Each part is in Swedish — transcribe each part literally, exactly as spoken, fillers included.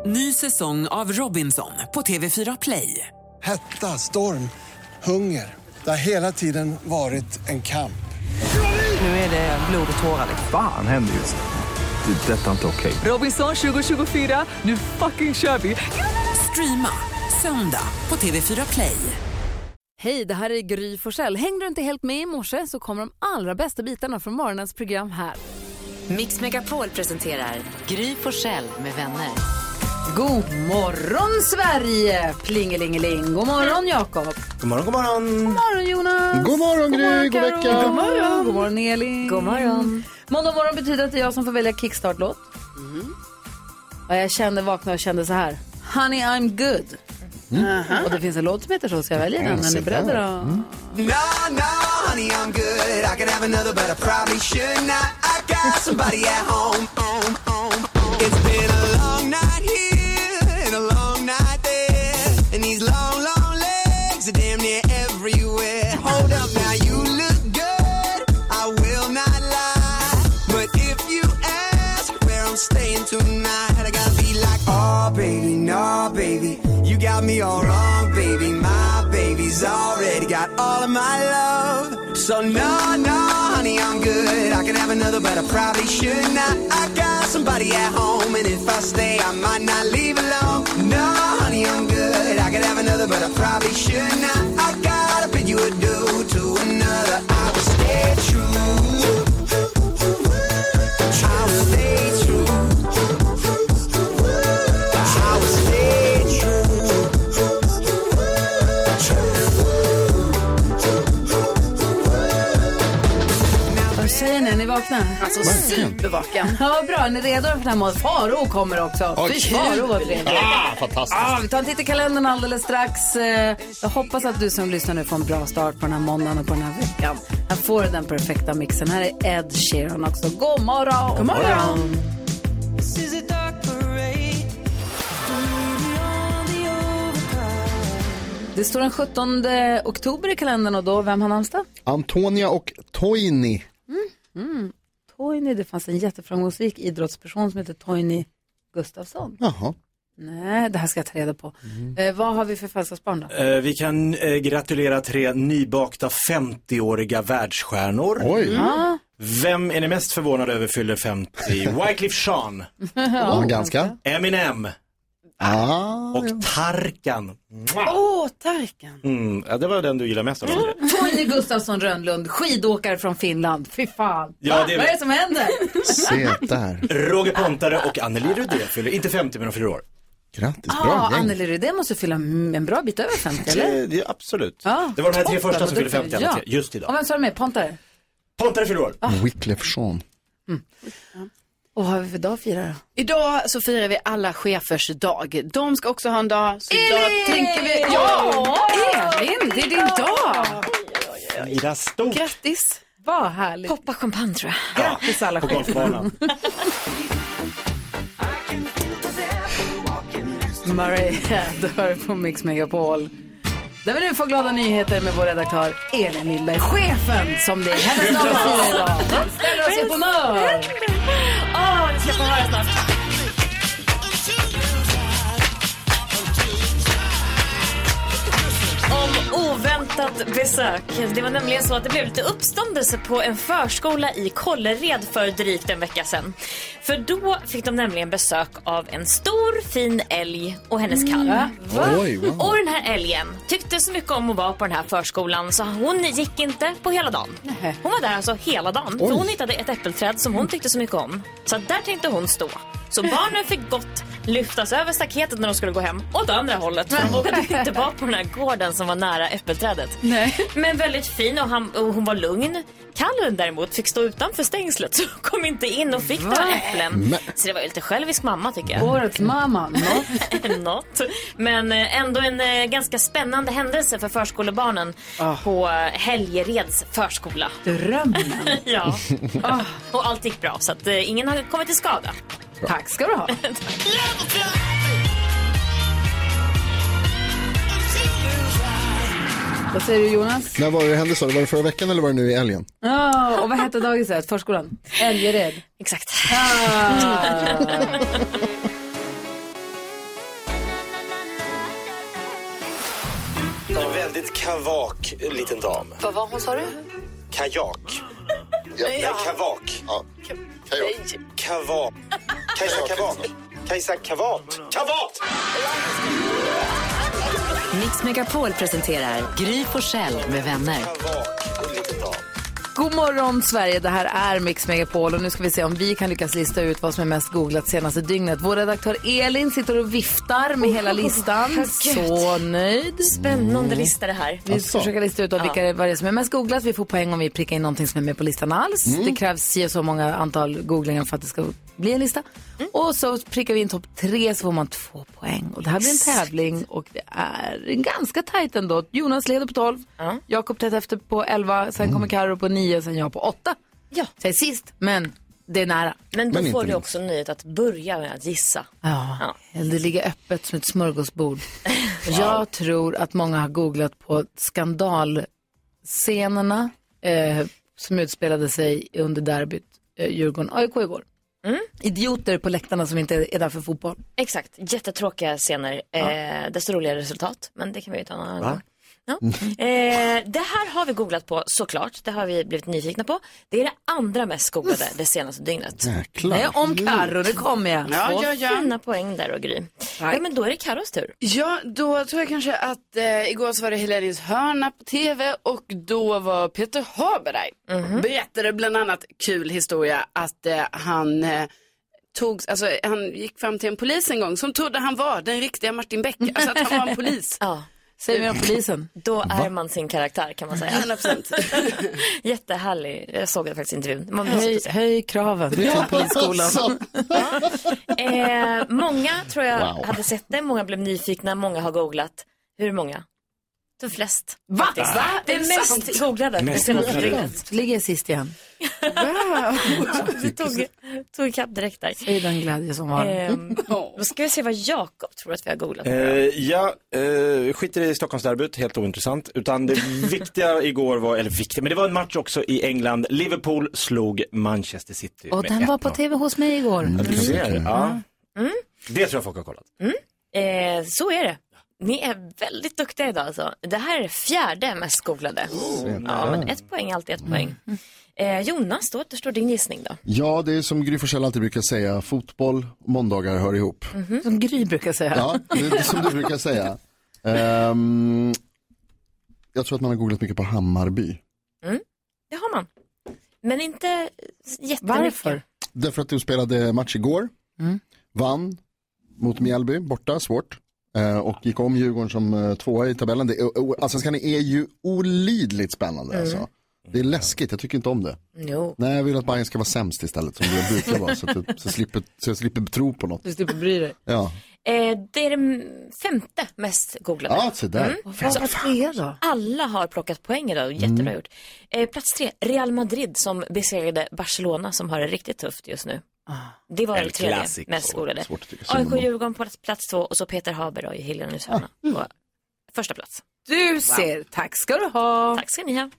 Ny säsong av Robinson på T V fyra Play. Hetta, storm, hunger. Det har hela tiden varit en kamp. Nu är det blod och tårar. Fan händer just det. Det är detta inte okej. Robinson tjugo tjugofyra, nu fucking kör vi. Streama söndag på T V fyra Play. Hej, det här är Gry Forssell. Hängde du inte helt med i morse så kommer de allra bästa bitarna från morgonens program här. Mix Megapol presenterar Gry Forssell med vänner. God morgon Sverige, plingelingeling. God morgon Jakob. God morgon, god morgon. God morgon Jonas. God morgon Gry, god vecka. God morgon. God morgon Elin. God morgon. Måndag morgon betyder att det är jag som får välja kickstart-låt. Mm. Och jag kände, vaknade och kände så här: Honey, I'm good. Mm. Uh-huh. Och det finns en låt som heter så, så jag väljer den. Är ni beredda då? Mm. No, no, honey, I'm good. I can have another, but I probably should not. I got somebody at home. home, home. It's been a long night here and a long night there. And these long, long legs are damn near everywhere. Hold up now, you look good. I will not lie. But if you ask where I'm staying tonight, I gotta be like, oh, baby, no, baby. You got me all wrong, baby. My baby's already got all of my love. So no, no, honey, I'm good. I can have another, but I probably should not. I got somebody at home, and if I stay, I might not leave alone. No, honey, I'm good. I can have another, but I probably should not. I gotta bid you adieu to another. I will stay true. I will stay true. I will stay true. Vad säger ni? Är ni vakna? Alltså supervaken. Ja, bra. Är ni redo för den här målet? Faro kommer också. Oj, Fy, Faro var trevligt. Ah, fantastiskt. Ah, vi tar en titt i kalendern alldeles strax. Eh, Jag hoppas att du som lyssnar nu får en bra start på den här måndagen och på den här veckan. Här får du den perfekta mixen. Här är Ed Sheeran också. God morgon! God morgon! Det står den sjuttonde oktober i kalendern och då, vem har namnsdag? Antonia och Toini. Mm. Toini, det fanns en jätteframgångsrik idrottsperson som heter Toini Gustafsson. Jaha. Nej, det här ska jag ta reda på. Mm. Eh, vad har vi för födelsedagsbarn då? Eh, vi kan eh, gratulera tre nybakta femtioåriga världsstjärnor. Oj. Mm. Vem är ni mest förvånade över fyller femtio? Wyclef Jean. Ja, ganska. Eminem. Ah, Och ja. Tarkan. Åh, oh, Tarkan. Mm, ja, det var den du gillar mest av dem. Mm. Toini Gustafsson Rönnlund, skidåkare från Finland. Fy fan. Ja, det är... Vad är det som händer? Se där. Roger Pontare och Anneli Rudé fyller inte femtio, men de fyller år. Grattis, Ah, bra gäng. Anneli Rudé måste fylla en bra bit över femtio, eller? Det, det, absolut. Ja, Det var de här tre toppen, första som vad fyller femtio, duktig. alla tre, just Och idag. vem sa du med? Pontare? Pontare fyller år. Wyclef Jean. Och vad har vi för dag att fira då? Idag så firar vi alla chefers dag. De ska också ha en dag. Så Elin! idag tänker vi... Ja, Elin, det är din dag. Ida stort. Grattis. Vad härligt. Poppa champagne tror jag. Grattis alla På chefer. golfbanan. Murray Head hör på Mix Megapol. Där vill du få glada nyheter med vår redaktör Elin Lindberg. Chefen som det är. Hennes dag att fira idag. Ställer oss i honör. Åh, det ska få höra snart. Om oväntat besök. Det var nämligen så att det blev lite uppståndelse på en förskola i Kållered för drygt en vecka sedan. För då fick de nämligen besök av en stor fin älg och hennes kalv. Mm. Oj, wow. Och den här älgen tyckte så mycket om att vara på den här förskolan så hon gick inte på hela dagen. Hon var där alltså hela dagen. För hon hittade ett äppelträd som hon tyckte så mycket om. Så där tänkte hon stå. Så barnen fick gott lyftas över staketet när de skulle gå hem åt andra hållet. För de vågade inte vara på den här gården som var nära äppelträdet. Nej. Men väldigt fin och, han, och hon var lugn. Kallen däremot fick stå utanför stängslet så kom inte in och fick några äpplen. Men... Så det var ju lite självisk mamma tycker jag. Årets mamma. Något. Något. Men ändå en eh, ganska spännande händelse för förskolebarnen oh. på Helgereds förskola. Drömmen. Ja. Oh. Och allt gick bra så att eh, ingen har kommit till skada. Bra. Tack ska du ha. Vad säger du Jonas? När var det hände så? Var det förra veckan eller var det nu i älgen? Ja, oh, och vad hette dagiset? Förskolan? Älgered. Exakt. Ah. En väldigt kavak liten dam. Vad var hon, sa du? Kajak. Ja. Nej, kavak. Ja. Kajak. Kavak. Kajsa Kavak. Kajsa Kavat. Kavat! Mix Megapol presenterar Gry Forssell med vänner. Kavak liten dam. God morgon Sverige, det här är Mix Megapol och nu ska vi se om vi kan lyckas lista ut vad som är mest googlat senaste dygnet. Vår redaktör Elin sitter och viftar med oh, hela listan. Oh, så nöjd. Spännande lista det här. Vi ska försöka lista ut vilka ja. vad det är som är mest googlat. Vi får poäng om vi prickar in någonting som är med på listan alls. Mm. Det krävs så många antal googlingar för att det ska bli en lista. Mm. Och så prickar vi in topp tre så får man två poäng. Och det här blir en tävling och det är en ganska tajt ändå. Jonas leder på tolv, mm. Jakob tätt efter på elva, sen mm. kommer Karo på nio, sen jag på åtta. Ja. Så är sist, men det är nära. Men då men får du också nöjet att börja med att gissa. Ja, ja. Det ligger öppet som ett smörgåsbord. Jag tror att många har googlat på skandalscenerna eh, som utspelade sig under derbyt eh, Djurgården-A I K igår. Mm. Idioter på läktarna som inte är där för fotboll. Exakt, jättetråkiga scener. Ja. Eh, desto roligare resultat. Men det kan vi ju ta en annan gång. Ja. Mm. Eh, det här har vi googlat på såklart. Det har vi blivit nyfikna på. Det är det andra mest googlade det senaste dygnet. Jäklar. Nej, om Karo, det kommer jag. Ja, ja, ja. Fina poäng där och Gry. Ja, men då är det Karos tur. Ja, då tror jag kanske att eh, igår så var det Hilarious hörna på tv och då var Peter Haber mm-hmm. berättade bland annat kul historia att eh, han eh, tog, alltså han gick fram till en polis en gång som trodde han var den riktiga Martin Beck, alltså att han var en polis. Ja. Säger vi om polisen. Då är Va? man sin karaktär kan man säga. hundra procent. Jättehärlig. Jag såg det faktiskt i intervjun. Man höj, höj kraven till polisskolan. Ja. eh, många tror jag wow. hade sett det. Många blev nyfikna. Många har googlat. Hur många? De flest. Va? Va? Det är mest googlade. Mest googlade. Ligger sist igen. Wow. Du tog, tog ikapp direkt där. Det är den glädje som var. Ehm, då ska vi se vad Jakob tror att vi har googlat. Eh, ja, eh, skiter i Stockholmsderbyt, helt ointressant. Utan det viktiga igår var, eller viktiga, men det var en match också i England. Liverpool slog Manchester City. Och den var på tv hos mig igår. Mm. Mm. Mm. Ja. Mm. Det tror jag folk har kollat. Mm. Eh, så är det. Ni är väldigt duktiga idag alltså. Det här är det fjärde mest googlade. Oh, ja, men ett poäng är alltid ett poäng. Mm. Eh, Jonas, då återstår din gissning då. Ja, det är som Gry Forssell alltid brukar säga. Fotboll och måndagar hör ihop. Mm-hmm. Som Gry brukar säga. Ja, det är som du brukar säga. Um, jag tror att man har googlat mycket på Hammarby. Mm, det har man. Men inte jättemycket. Varför? Därför att du spelade match igår. Mm. Vann mot Mjällby, borta, svårt. Uh, och gick om Djurgården som uh, tvåa i tabellen. Det, uh, Allsvenskan är ju olidligt spännande mm. alltså. Det är läskigt, jag tycker inte om det. Jo. Nej, jag vill att Bayern ska vara sämst istället som det brukar vara. Så, att jag, så, slipper, så jag slipper tro på något. Du slipper bry dig. Ja. Eh, det är det femte mest googlade. Ja, så där. Mm. Vad var det då? Alla har plockat poäng idag, jättebra mm. gjort. Eh, plats tre, Real Madrid som besegrade Barcelona som har det riktigt tufft just nu. Ah. Det var det tredje mest googlade. A I K Djurgården på plats två och så Peter Haber och Hilarious hörna ah. på första plats. Du wow. ser, tack ska du ha. Tack ska ni ha.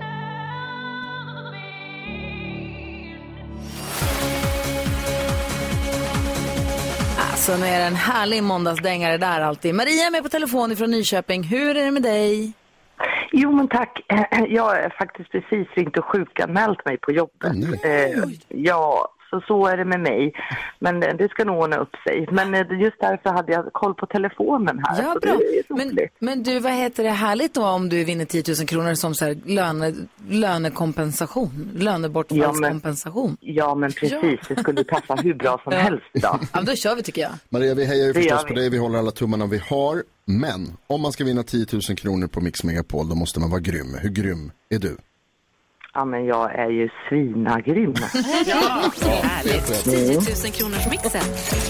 Så nu är det en härlig måndagsdängare där alltid. Maria är med på telefon från Nyköping. Hur är det med dig? Jo men tack. Jag har faktiskt precis ringt och sjukanmält mig på jobbet. Mm. Eh, ja, så så är det med mig. Men det ska nog ordna upp sig. Men just därför hade jag koll på telefonen här. Ja, bra. Men, men du, vad heter det härligt då om du vinner tio tusen kronor som så här löne, lönekompensation? Lönebortfallskompensation? Ja, ja, men precis. Det skulle passa hur bra som helst då. Ja, då kör vi tycker jag. Maria, vi hejar ju förstås på dig. Vi håller alla tummarna vi har. Men om man ska vinna tio tusen kronor på Mix Megapol, då måste man vara grym. Hur grym är du? Ja, men jag är ju svinagrym. Ja, härligt. tio tusen kronors mixen.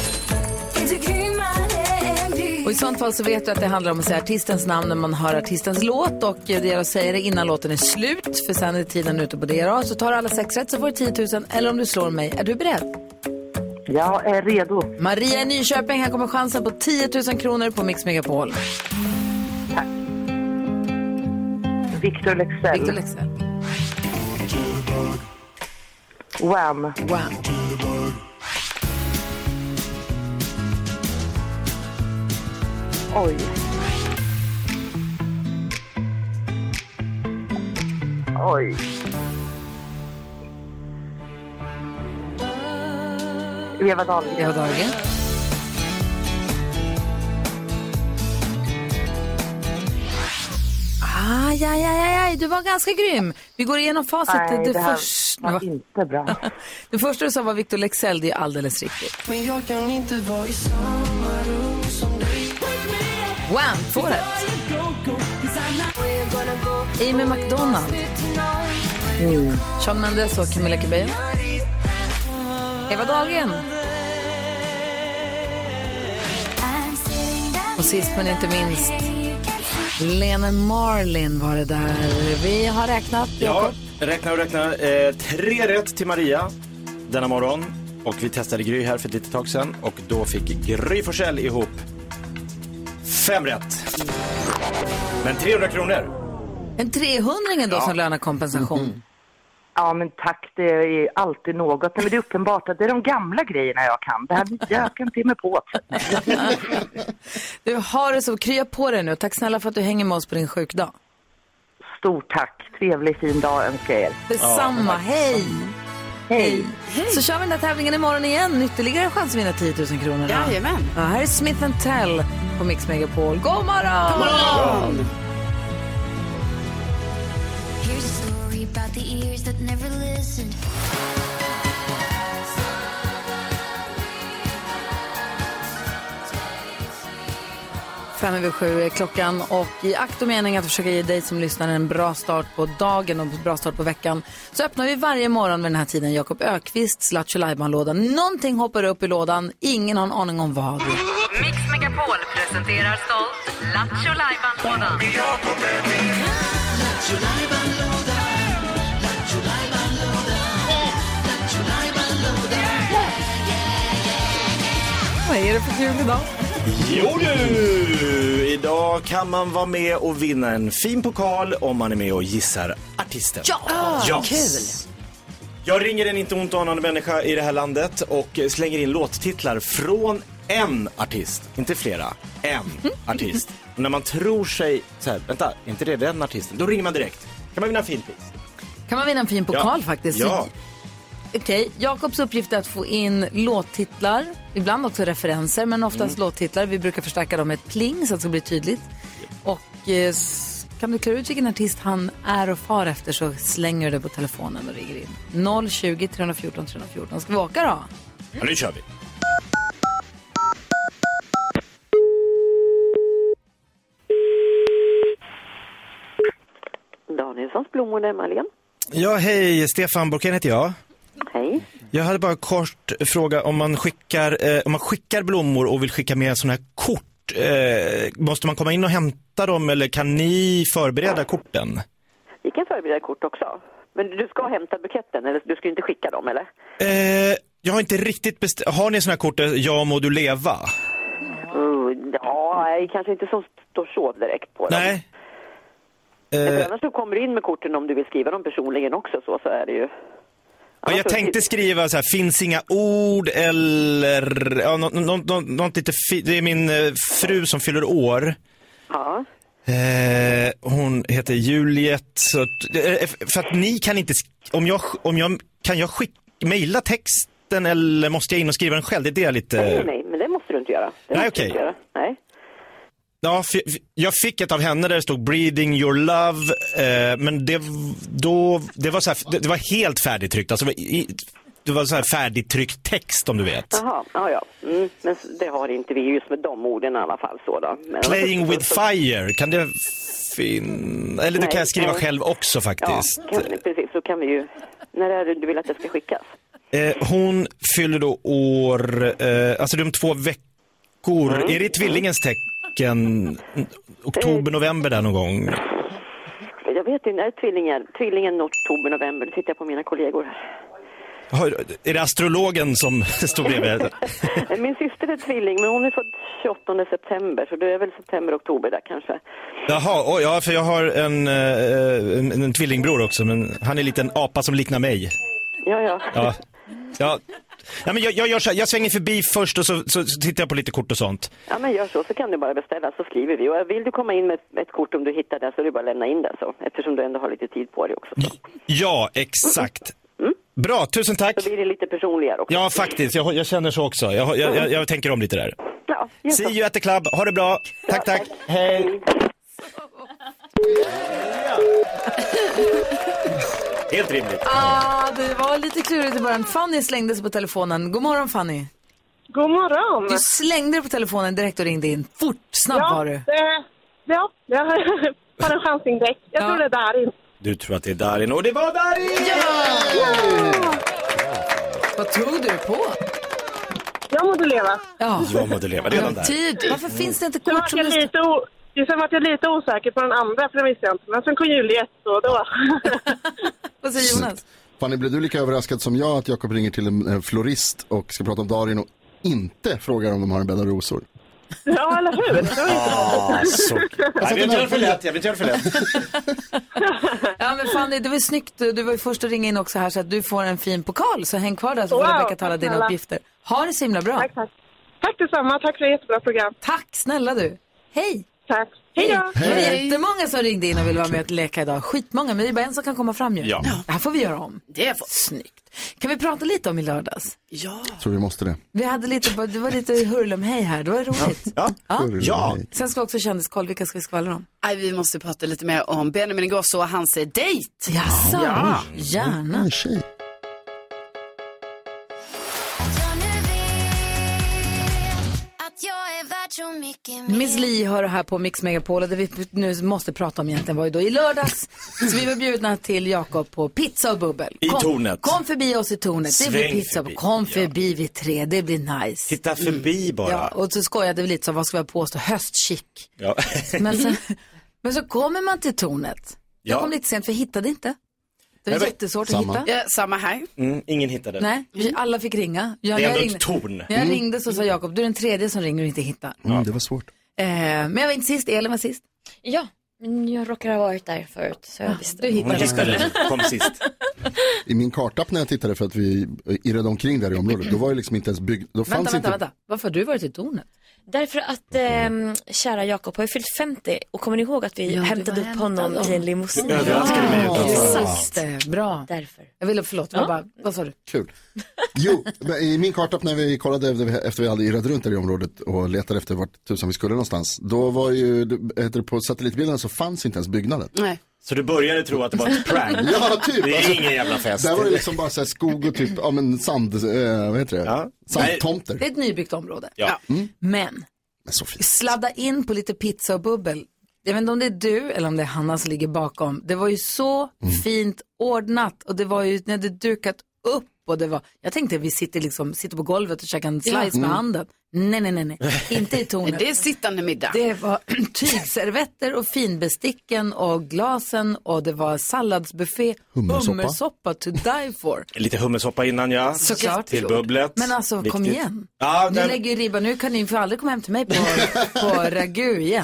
Och i sånt fall så vet du att det handlar om att säga artistens namn när man hör artistens låt. Och det jag säger det innan låten är slut, för sen är tiden ute på D R A. Så tar alla sex rätt så får du tio tusen. Eller om du slår mig, är du beredd? Jag är redo. Maria Nyköping, här kommer chansen på tio tusen kronor på Mix Megapol. Tack. Victor Leksell. Victor Leksell. Wham. Wham. Oj. oj. Eva Dahlgren. Eva Dahlgren. Aj, aj, aj, aj, du var ganska grym. Vi går igenom facit. Nej, det det här först... var inte bra. Det första du sa var Victor Leksell, det är alldeles riktigt. Men jag kan inte vara i samma rum som dig. Wham, två rätt. Amy McDonald. Mm. Shawn Mendes och Camilla Cabello. Eva Dahlgren. Och sist men inte minst Lena Marlin var det där. Vi har räknat. Ja, räkna och räkna. Eh, tre rätt till Maria denna morgon. Och vi testade Gry här för ett litet tag sedan. Och då fick Gry Forssell ihop fem rätt. Men trehundra kronor. En trehundring då ja. som lönekompensation. Mm. Ja, men tack, det är alltid något. Men det är uppenbart att det är de gamla grejerna jag kan. Det här jag kan inte med på. Du har det så, krya på dig nu. Tack snälla för att du hänger med oss på din sjukdag. Stort tack. Trevlig fin dag önskar jag er. Detsamma, ja, hej. Hej. Hej. Så kör vi den här tävlingen imorgon igen. Ytterligare chans att vinna tio tusen kronor. Jajamän. Ja, här är Smith and Tell på Mix Megapol. God morgon! God morgon! About the ears that never listened. Fem över sju är klockan och i akt och mening att försöka ge dig som lyssnar en bra start på dagen och en bra start på veckan så öppnar vi varje morgon vid den här tiden Jakob Ökvists Lattjo Lajban-lådan. Någonting hoppar upp i lådan, ingen har en aning om vad. Mix Megapol presenterar stolt Lattjo Lajban-lådan. Vad är det för kul idag? Jo du! Idag kan man vara med och vinna en fin pokal om man är med och gissar artisten. Ja, ja. Kul! Jag ringer en inte ont anande människa i det här landet och slänger in låttitlar från en artist. Inte flera, en artist. Och när man tror sig, så här, vänta, inte det den artisten? Då ringer man direkt. Kan man vinna en fin pris? Kan man vinna en fin pokal ja. faktiskt? Ja. Okej, okay. Jakobs uppgift är att få in låttitlar, ibland också referenser, men oftast mm. låttitlar. Vi brukar förstärka dem med ett pling så att det ska bli tydligt. Och eh, kan du klara ut vilken artist han är och far efter så slänger du det på telefonen och ringer in. noll tjugo, tre fjorton, tre fjorton. Ska vi åka då? Ja, nu kör vi. Danielssons blommor, där Malin. Ja, hej. Stefan Borken heter jag. Hej. Jag hade bara kort fråga om man skickar eh, om man skickar blommor och vill skicka med sådana här kort. Eh, måste man komma in och hämta dem eller kan ni förbereda korten? Vi kan förbereda kort också. Men du ska hämta buketten eller du ska inte skicka dem eller? Eh, jag har inte riktigt bestämt. Har ni sådana här kort, jag må du leva? Uh, ja, kanske inte som står så direkt på dem. Nej. Men annars så kommer du in med korten om du vill skriva dem personligen också så, så är det ju. Ja, jag tänkte skriva så här, finns inga ord eller ja, något, något, något, något lite fi- det är min eh, fru som fyller år. Ja. Eh, hon heter Juliet så att, eh, för att ni kan inte sk- om jag om jag kan jag skicka mejla texten eller måste jag in och skriva den själv? Det är det lite. Nej, nej, men det måste du inte göra. Det nej, okej. Okay. Nej. Ja, f- jag fick ett av henne där det stod Breathing Your Love, eh, men det, då, det, var så här, det, det var helt färdigtryckt. Alltså, det var så här färdigtryckt text om du vet. Jaha, ja, ja. Mm, men det har inte vi just med de orden i alla fall. Så då. Men Playing with så... fire, kan det finna? Eller nej, det kan jag skriva nej. själv också faktiskt. Ja, kan, precis, så kan vi ju. När är det du vill att det ska skickas? Eh, hon fyller då år, eh, alltså de två veckor. Mm. Är det tvillingens tecken? Oktober, november där någon gång? Jag vet inte, är tvillingen, tvillingen oktober, november. Det tittar jag på mina kollegor här. Är det astrologen som står bredvid? Min syster är tvilling, men hon är född tjugoåttonde september. Så det är väl september, oktober där kanske. Jaha, oh, ja, för jag har en, en, en tvillingbror också. Men han är en liten apa som liknar mig. Ja, ja. Ja. Ja, ja men jag, jag, gör så här, jag svänger förbi först och så, så, så tittar jag på lite kort och sånt. Ja, men gör så, så kan du bara beställa, så skriver vi. Och vill du komma in med ett, ett kort om du hittar det, så är det bara att lämna in det, så. Eftersom du ändå har lite tid på dig också. Så. Ja, exakt. Mm. Bra, tusen tack. Så blir det lite personligare också. Ja, faktiskt. Jag, jag känner så också. Jag, jag, jag, jag tänker om lite där. Ja, see you at the club. Ha det bra. Tack, tack. tack. Hej. Helt rimligt. Ah, det var lite klurigt i början. Fanny slängde sig på telefonen. God morgon, Fanny. God morgon. Du slängde dig på telefonen direkt och ringde in. Fort, snabbt ja, var du. Det, ja, jag har en chansning direkt. Jag ja. tror det är Darin. Du tror att det är Darin, och det var Darin! Ja! ja! Vad tog du på? Jag måste leva. Ja, jag måste leva. Redan där. Tid. Varför mm. finns det inte kort som jag lite o- Sen var jag lite osäker på den andra, för det visste jag inte. Men sen kom Juliet och då... Vad säger Jonas? Fanny, blev du lika överraskad som jag att Jakob ringer till en florist och ska prata om Darin och inte frågar om de har en bädd av rosor? Ja, eller hur? Ah, så... Jag vill inte göra för lätt, jag vill inte göra för lätt. Ja, men Fanny, det var snyggt. Du var ju först att ringa in också här så att du får en fin pokal. Så häng kvar där så får wow, Rebecka tala dina uppgifter. Ha det så himla bra. Tack, tack. Tack detsamma, tack för ett jättebra program. Tack, snälla du. Hej. Tack. Hej då. Det var jättemånga som ringde in och ville vara med och leka idag. Skitmånga, men det är bara en som kan komma fram ju. Ja. Det här får vi göra om. Det får. Snyggt. Kan vi prata lite om i lördags? Ja. Jag tror vi måste det. Vi hade lite, det var lite hurlum hej här. Det var roligt. Ja. Ja. ja. Sen ska vi också kändiskoll. Vilka ska vi skvallra om? Aj, vi måste prata lite mer om Benjamin Ingrosso och hans dejt. Jaså? Ja. Gärna. En tjej. Miss Li hör här på Mix Megapol, där vi nu måste prata om egentligen var ju då i lördags. Så vi var bjudna till Jakob på pizza och bubbel. I kom, tornet. Kom förbi oss i tornet. Det blir pizza. Förbi. Kom förbi ja. vid tre. Det blir nice. Titta förbi bara. Ja, och så skojade vi lite så vad ska vi påstå? Höstchick. Ja. men, så, men så kommer man till tornet. Jag ja. kom lite sent för jag hittade inte. Det var Nej, jättesvårt samma. att hitta. Ja, samma här. Mm, ingen hittade. Nej, vi alla fick ringa. Jag, det är ändå ringde, ett torn. När jag ringde så sa Jakob, du är den tredje som ringer och inte hittar. Mm, det var svårt. Eh, men jag var inte sist, Elin var sist. Ja, men jag råkar ha varit där förut. Så jag visste. Du hittade. Hon hittade, kom sist. I min kartapp när jag tittade för att vi irrade omkring där i området, då var det liksom inte ens byggt. Då fanns vänta, vänta, inte... vänta. Varför har du varit i tornet? Därför att eh, kära Jakob har ju fyllt femtio och kommer ni ihåg att vi ja, hämtade upp honom i en limousin? Ja, det önskade mig utanför. Just det, bra. Därför. Jag ville, förlåt, ja. bara, vad sa du? Kul. Jo, i min kartapp när vi kollade efter, efter vi hade irrat runt där i området och letade efter vart tusan vi skulle någonstans, då var ju, heter det, på satellitbilden så fanns inte ens byggnaden. Nej. Så du började tro att det var ett prank? Ja, typ. Det är alltså, ingen jävla fest. Där var det liksom bara så här skog och typ, ja men sand, eh, vad heter det? Ja. Sandtomter. Det är ett nybyggt område. Ja. Mm. Men, men så fint. Sladda in på lite pizza och bubbel. Jag vet inte om det är du eller om det är Hanna som ligger bakom. Det var ju så mm. fint ordnat och det var ju när det dukat upp och det var, jag tänkte att vi sitter liksom, sitter på golvet och käkar en slice ja. med mm. handen. Nej, nej, nej, nej. Inte i tornet. Det är sittande middag. Det var tygservetter och finbesticken och glasen och det var salladsbuffé. Hummersoppa. Hummersoppa to die for. Lite hummersoppa innan, ja. Såklart. Till bubblet. Men alltså, viktigt. Kom igen. Ja, nu den... lägger ju ribban. Nu kan ni få aldrig komma hem till mig på, på ragu igen.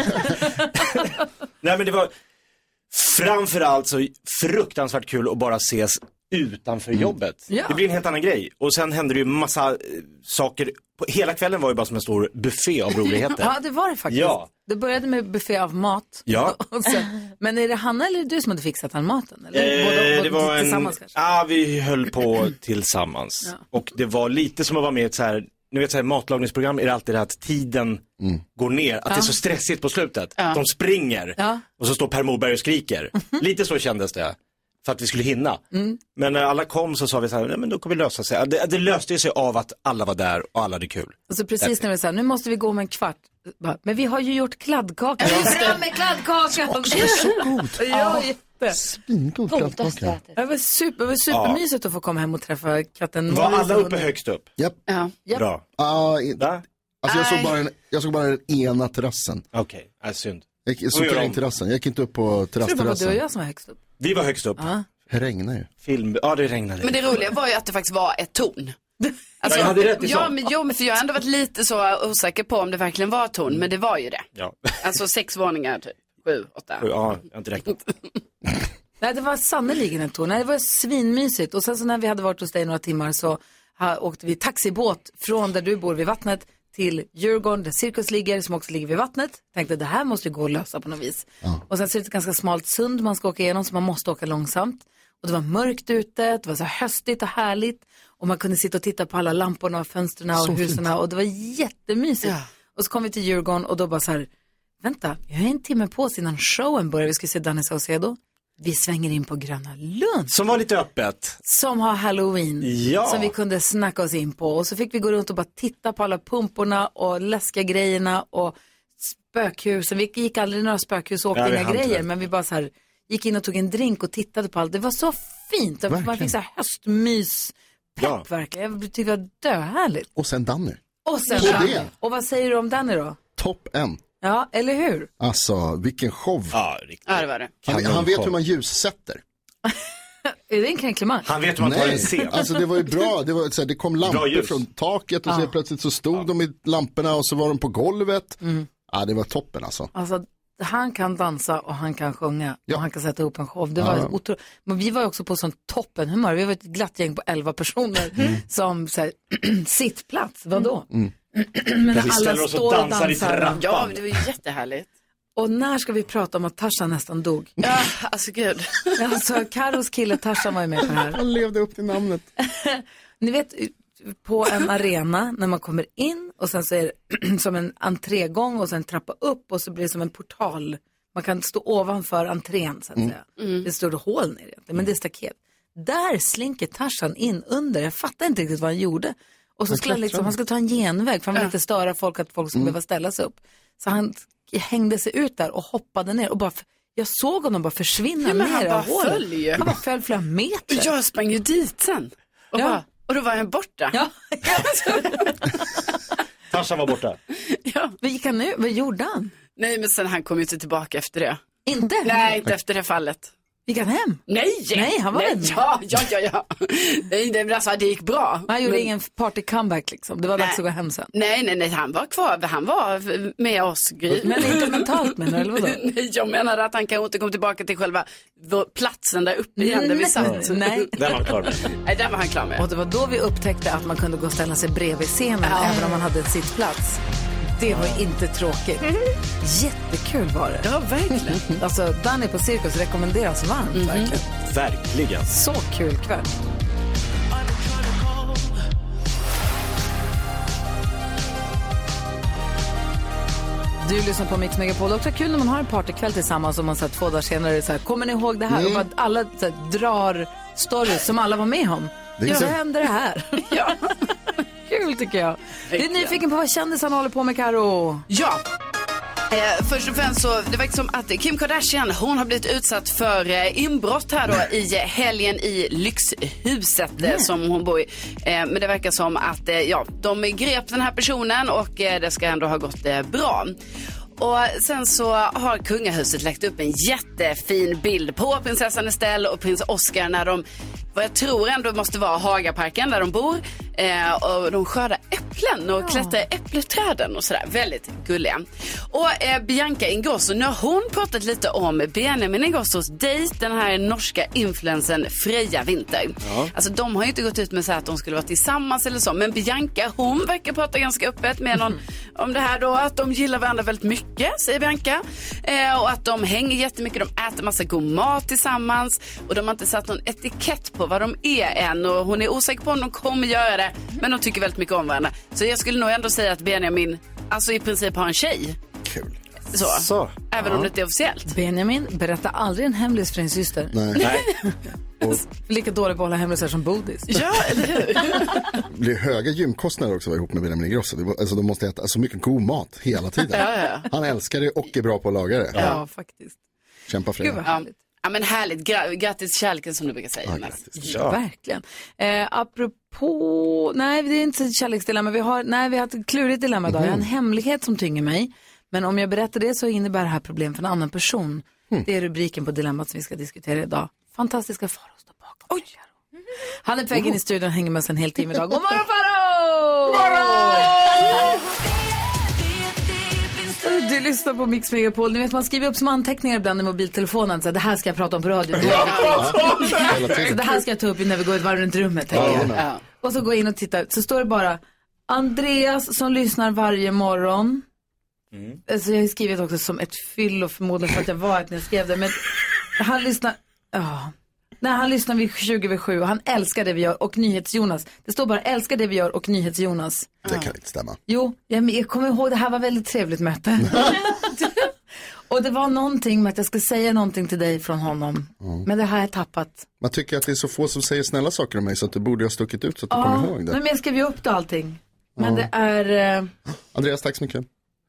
Nej, men det var framförallt så fruktansvärt kul att bara ses utanför mm. jobbet. Ja. Det blir en helt annan grej. Och sen hände det ju massa äh, saker. På, hela kvällen var ju bara som en stor buffé av roligheter. Ja, det var det faktiskt. Ja. Det började med buffé av mat. Ja. Och sen, men är det Hanna eller du som hade fixat all maten? Eller eh, både, både det var tillsammans en... kanske? Ja, vi höll på tillsammans. Ja. Och det var lite som att vara med i ett så här... Ni vet så här, matlagningsprogram är det alltid det att tiden mm. går ner. Att ja. det är så stressigt på slutet. Ja. De springer. Ja. Och så står Per Morberg och skriker. Mm-hmm. Lite så kändes det. För att vi skulle hinna. Mm. Men när alla kom så sa vi så här, nej men då kommer vi lösa sig. Det, det löste sig av att alla var där och alla hade kul. Och så precis Därför. när vi sa, nu måste vi gå om en kvart. Men vi har ju gjort kladdkaka. Vi fram med kladdkaka. Också så god. Ja, jätte. Svingod kladdkaka. Det var super, det var supermysigt ja. att få komma hem och träffa katten. Var alla uppe högst upp? Japp. Ja. Japp. Bra. Uh, i, alltså jag såg, bara en, jag såg bara den ena terrassen. Okej, okay. äh, synd. Jag, jag såg inte terrassen, jag gick inte upp på terrassterrassen. Det var du och jag som var högst upp. Vi var högst upp. Ja. Det regnar ju. Film, ja det regnade. Men det roliga var ju att det faktiskt var ett torn. Alltså, jag hade rätt i ja, men, jo, men för jag har ändå varit lite så osäker på om det verkligen var ett torn, men det var ju det. Ja. Alltså sex våningar, typ. Sju, åtta. Sju, ja, jag har inte räknat. Nej, det var sannoliken en tour. Nej, det var svinmysigt. Och sen så när vi hade varit hos dig några timmar så ha, åkte vi taxibåt från där du bor vid vattnet till Djurgården där Cirkus ligger, som också ligger vid vattnet. Tänkte det här måste ju gå att lösa på något vis. Ja. Och sen så är det ett ganska smalt sund man ska åka igenom, så man måste åka långsamt. Och det var mörkt ute, det var så höstigt och härligt. Och man kunde sitta och titta på alla lamporna och fönstren och så husen. Och det var jättemysigt. Ja. Och så kom vi till Djurgården och då bara så här, vänta, jag har en timme på oss innan showen börjar. Vi ska se Danny Saucedo. Vi svänger in på Gröna Lund. Som var lite öppet. Som har Halloween. Ja. Som vi kunde snacka oss in på. Och så fick vi gå runt och bara titta på alla pumporna och läskiga grejerna och spökhusen. Vi gick aldrig några spökhus och åkte ja, inga grejer. Men vi bara så här gick in och tog en drink och tittade på allt. Det var så fint. Verkligen. Man fick så här höstmys. Pepp ja. Verkligen. Jag tyckte det var döhärligt. Och sen Danny. Och sen Danny. Och vad säger du om Danny då? Topp en. Ja, eller hur? Alltså, vilken show. Ja, riktigt. Ja, det var det. Han, han vet hur man ljussätter. Är det en kränklemang? Han vet hur man tar en scen. Alltså det var ju bra. Det, var, så här, det kom lampor från taket och ja. så plötsligt så stod ja. de i lamporna och så var de på golvet. Mm. Ja, det var toppen alltså. Alltså, han kan dansa och han kan sjunga ja. och han kan sätta ihop en show. Det var ja. otro... Men vi var också på sån toppenhumör. Vi var ett glatt gäng på elva personer mm. som så här, sittplats. Vadå? Mm. Men vi ställer oss och dansar i trappan. Ja, det var ju jättehärligt. Och när ska vi prata om att Tarzan nästan dog? Ja, alltså gud. Alltså, Karos kille Tarzan var ju med på det här. Han levde upp till namnet. Ni vet, på en arena när man kommer in och sen så är det som en entrégång och sen trappa upp och så blir det som en portal. Man kan stå ovanför entrén så att säga. Mm. Det står det hål ner egentligen, men det är staket. Där slinker Tarzan in under. Jag fattar inte riktigt vad han gjorde. Och så skulle han liksom, han skulle ta en genväg för han ville ja. inte störa folk att folk skulle mm. behöva ställa sig upp. Så han hängde sig ut där och hoppade ner och bara, jag såg honom bara försvinna ja, ner av hålet. Han bara föll flera meter. Jag sprang ju dit sen. Och, ja. bara, och då var han borta. Ja. Tarzan var borta. Ja. Vad gick han nu? Vad gjorde han? Nej, men sen han kom ju inte tillbaka efter det. Inte? Nej, inte efter det fallet. Gick han hem? Nej! Nej, han var Nej, den. Ja, ja, ja, ja. Nej, det, alltså, det gick bra. Han gjorde men... ingen party comeback liksom. Det var dags att gå hem sen. Nej, nej, nej. Han var kvar. Han var med oss. Gry. Men inte mentalt menar du, eller vadå? Nej, jag menar att han kan inte komma tillbaka till själva platsen där uppe igen där vi satt. Nej. Den var han klar med. Nej, den var han klar med. Och det var då vi upptäckte att man kunde gå och ställa sig bredvid scenen ja. även om man hade en sittplats. Det var inte tråkigt. Jättekul var det. Ja, verkligen. Alltså, Danny på Cirkus rekommenderas varmt, mm-hmm. verkligen. Verkligen. Så kul kväll. Du lyssnar på Mix Megapol. Det är också kul när man har en partykväll tillsammans och man så här, två dagar senare så här, kommer ni ihåg det här? Mm. Och bara, alla så här, drar stories som alla var med om. Ja, så händer det här. Ja. Kul tycker jag. Du är nyfiken på vad kändisarna håller på med, Karo? Ja. Eh, först och främst så, det verkar som att Kim Kardashian, hon har blivit utsatt för eh, inbrott här då i helgen i lyxhuset eh, som hon bor i. Eh, men det verkar som att eh, ja, de grep den här personen och eh, det ska ändå ha gått eh, bra. Och sen så har kungahuset lagt upp en jättefin bild på prinsessan Estelle och prins Oscar när de, vad jag tror ändå måste vara Hagaparken där de bor. Eh, och de skördar äpplen och ja. klättrar i äppleträden och sådär. Väldigt gulliga. Och eh, Bianca Ingrosso, nu har hon pratat lite om Benjamin Ingrossos dejt, den här norska influensen Freja Winter. Ja. Alltså de har ju inte gått ut med så här att de skulle vara tillsammans eller så. Men Bianca, hon verkar prata ganska öppet med någon mm. om det här då. Att de gillar varandra väldigt mycket, säger Bianca. Eh, och att de hänger jättemycket, de äter massa god mat tillsammans. Och de har inte satt någon etikett på vad de är än. Och hon är osäker på om de kommer göra det. Men de tycker väldigt mycket om varandra. Så jag skulle nog ändå säga att Benjamin alltså i princip har en tjej. Kul. Så, så. Även ja. om det inte är officiellt. Benjamin, berätta aldrig en hemlis för din syster. Nej. Nej. Och... Lika dålig på att hålla hemlisar som bodis. Ja, eller hur? Det blir höga gymkostnader också att vara ihop med Benjamin Ingrosso. Alltså de måste äta så mycket god mat hela tiden. Ja, ja. Han älskar det och är bra på att laga det. Ja, ja faktiskt. Kämpa för det. Ja. Ja, men härligt. Gra- grattis kärleken som du brukar säga. Ja, ja. Verkligen. Eh, apropå, nej det är inte ett kärleksdilemma. Vi har, nej, vi har ett klurigt dilemma idag. Mm. Jag har en hemlighet som tynger mig. Men om jag berättar det så innebär det här problem för en annan person. Mm. Det är rubriken på dilemmat som vi ska diskutera idag. Fantastiska Faro står bakom. Oj. Han är på väg in i studion och hänger med oss en hel timme idag. God morgon Faro! God morgon! Du lyssnar på Mix Megapol. Ni vet, man skriver upp som anteckningar ibland i mobiltelefonen. Så här, det här ska jag prata om på radio. Så det här ska jag ta upp när vi går ett varv runt rummet. Ja. Ja. Och så går jag in och tittar. Så står det bara Andreas som lyssnar varje morgon. Mm. Alltså jag har skrivit också som ett fyll och förmodligen för att jag var ett när jag skrev det. Men han lyssnar... Oh. Nej, han lyssnar vid tjugo över sju och han älskar det vi gör och NyhetsJonas. Det står bara älskar det vi gör och NyhetsJonas. Det kan inte stämma. Jo, jag, jag kommer ihåg det här var väldigt trevligt möte. Och det var någonting med att jag ska säga någonting till dig från honom. Mm. Men det här har jag tappat. Man tycker att det är så få som säger snälla saker om mig så att du borde ha stuckit ut så att du ja, kommer ihåg det. Men jag skrev ju upp det allting. Men ja. det är... Uh... Andreas, tack så mycket.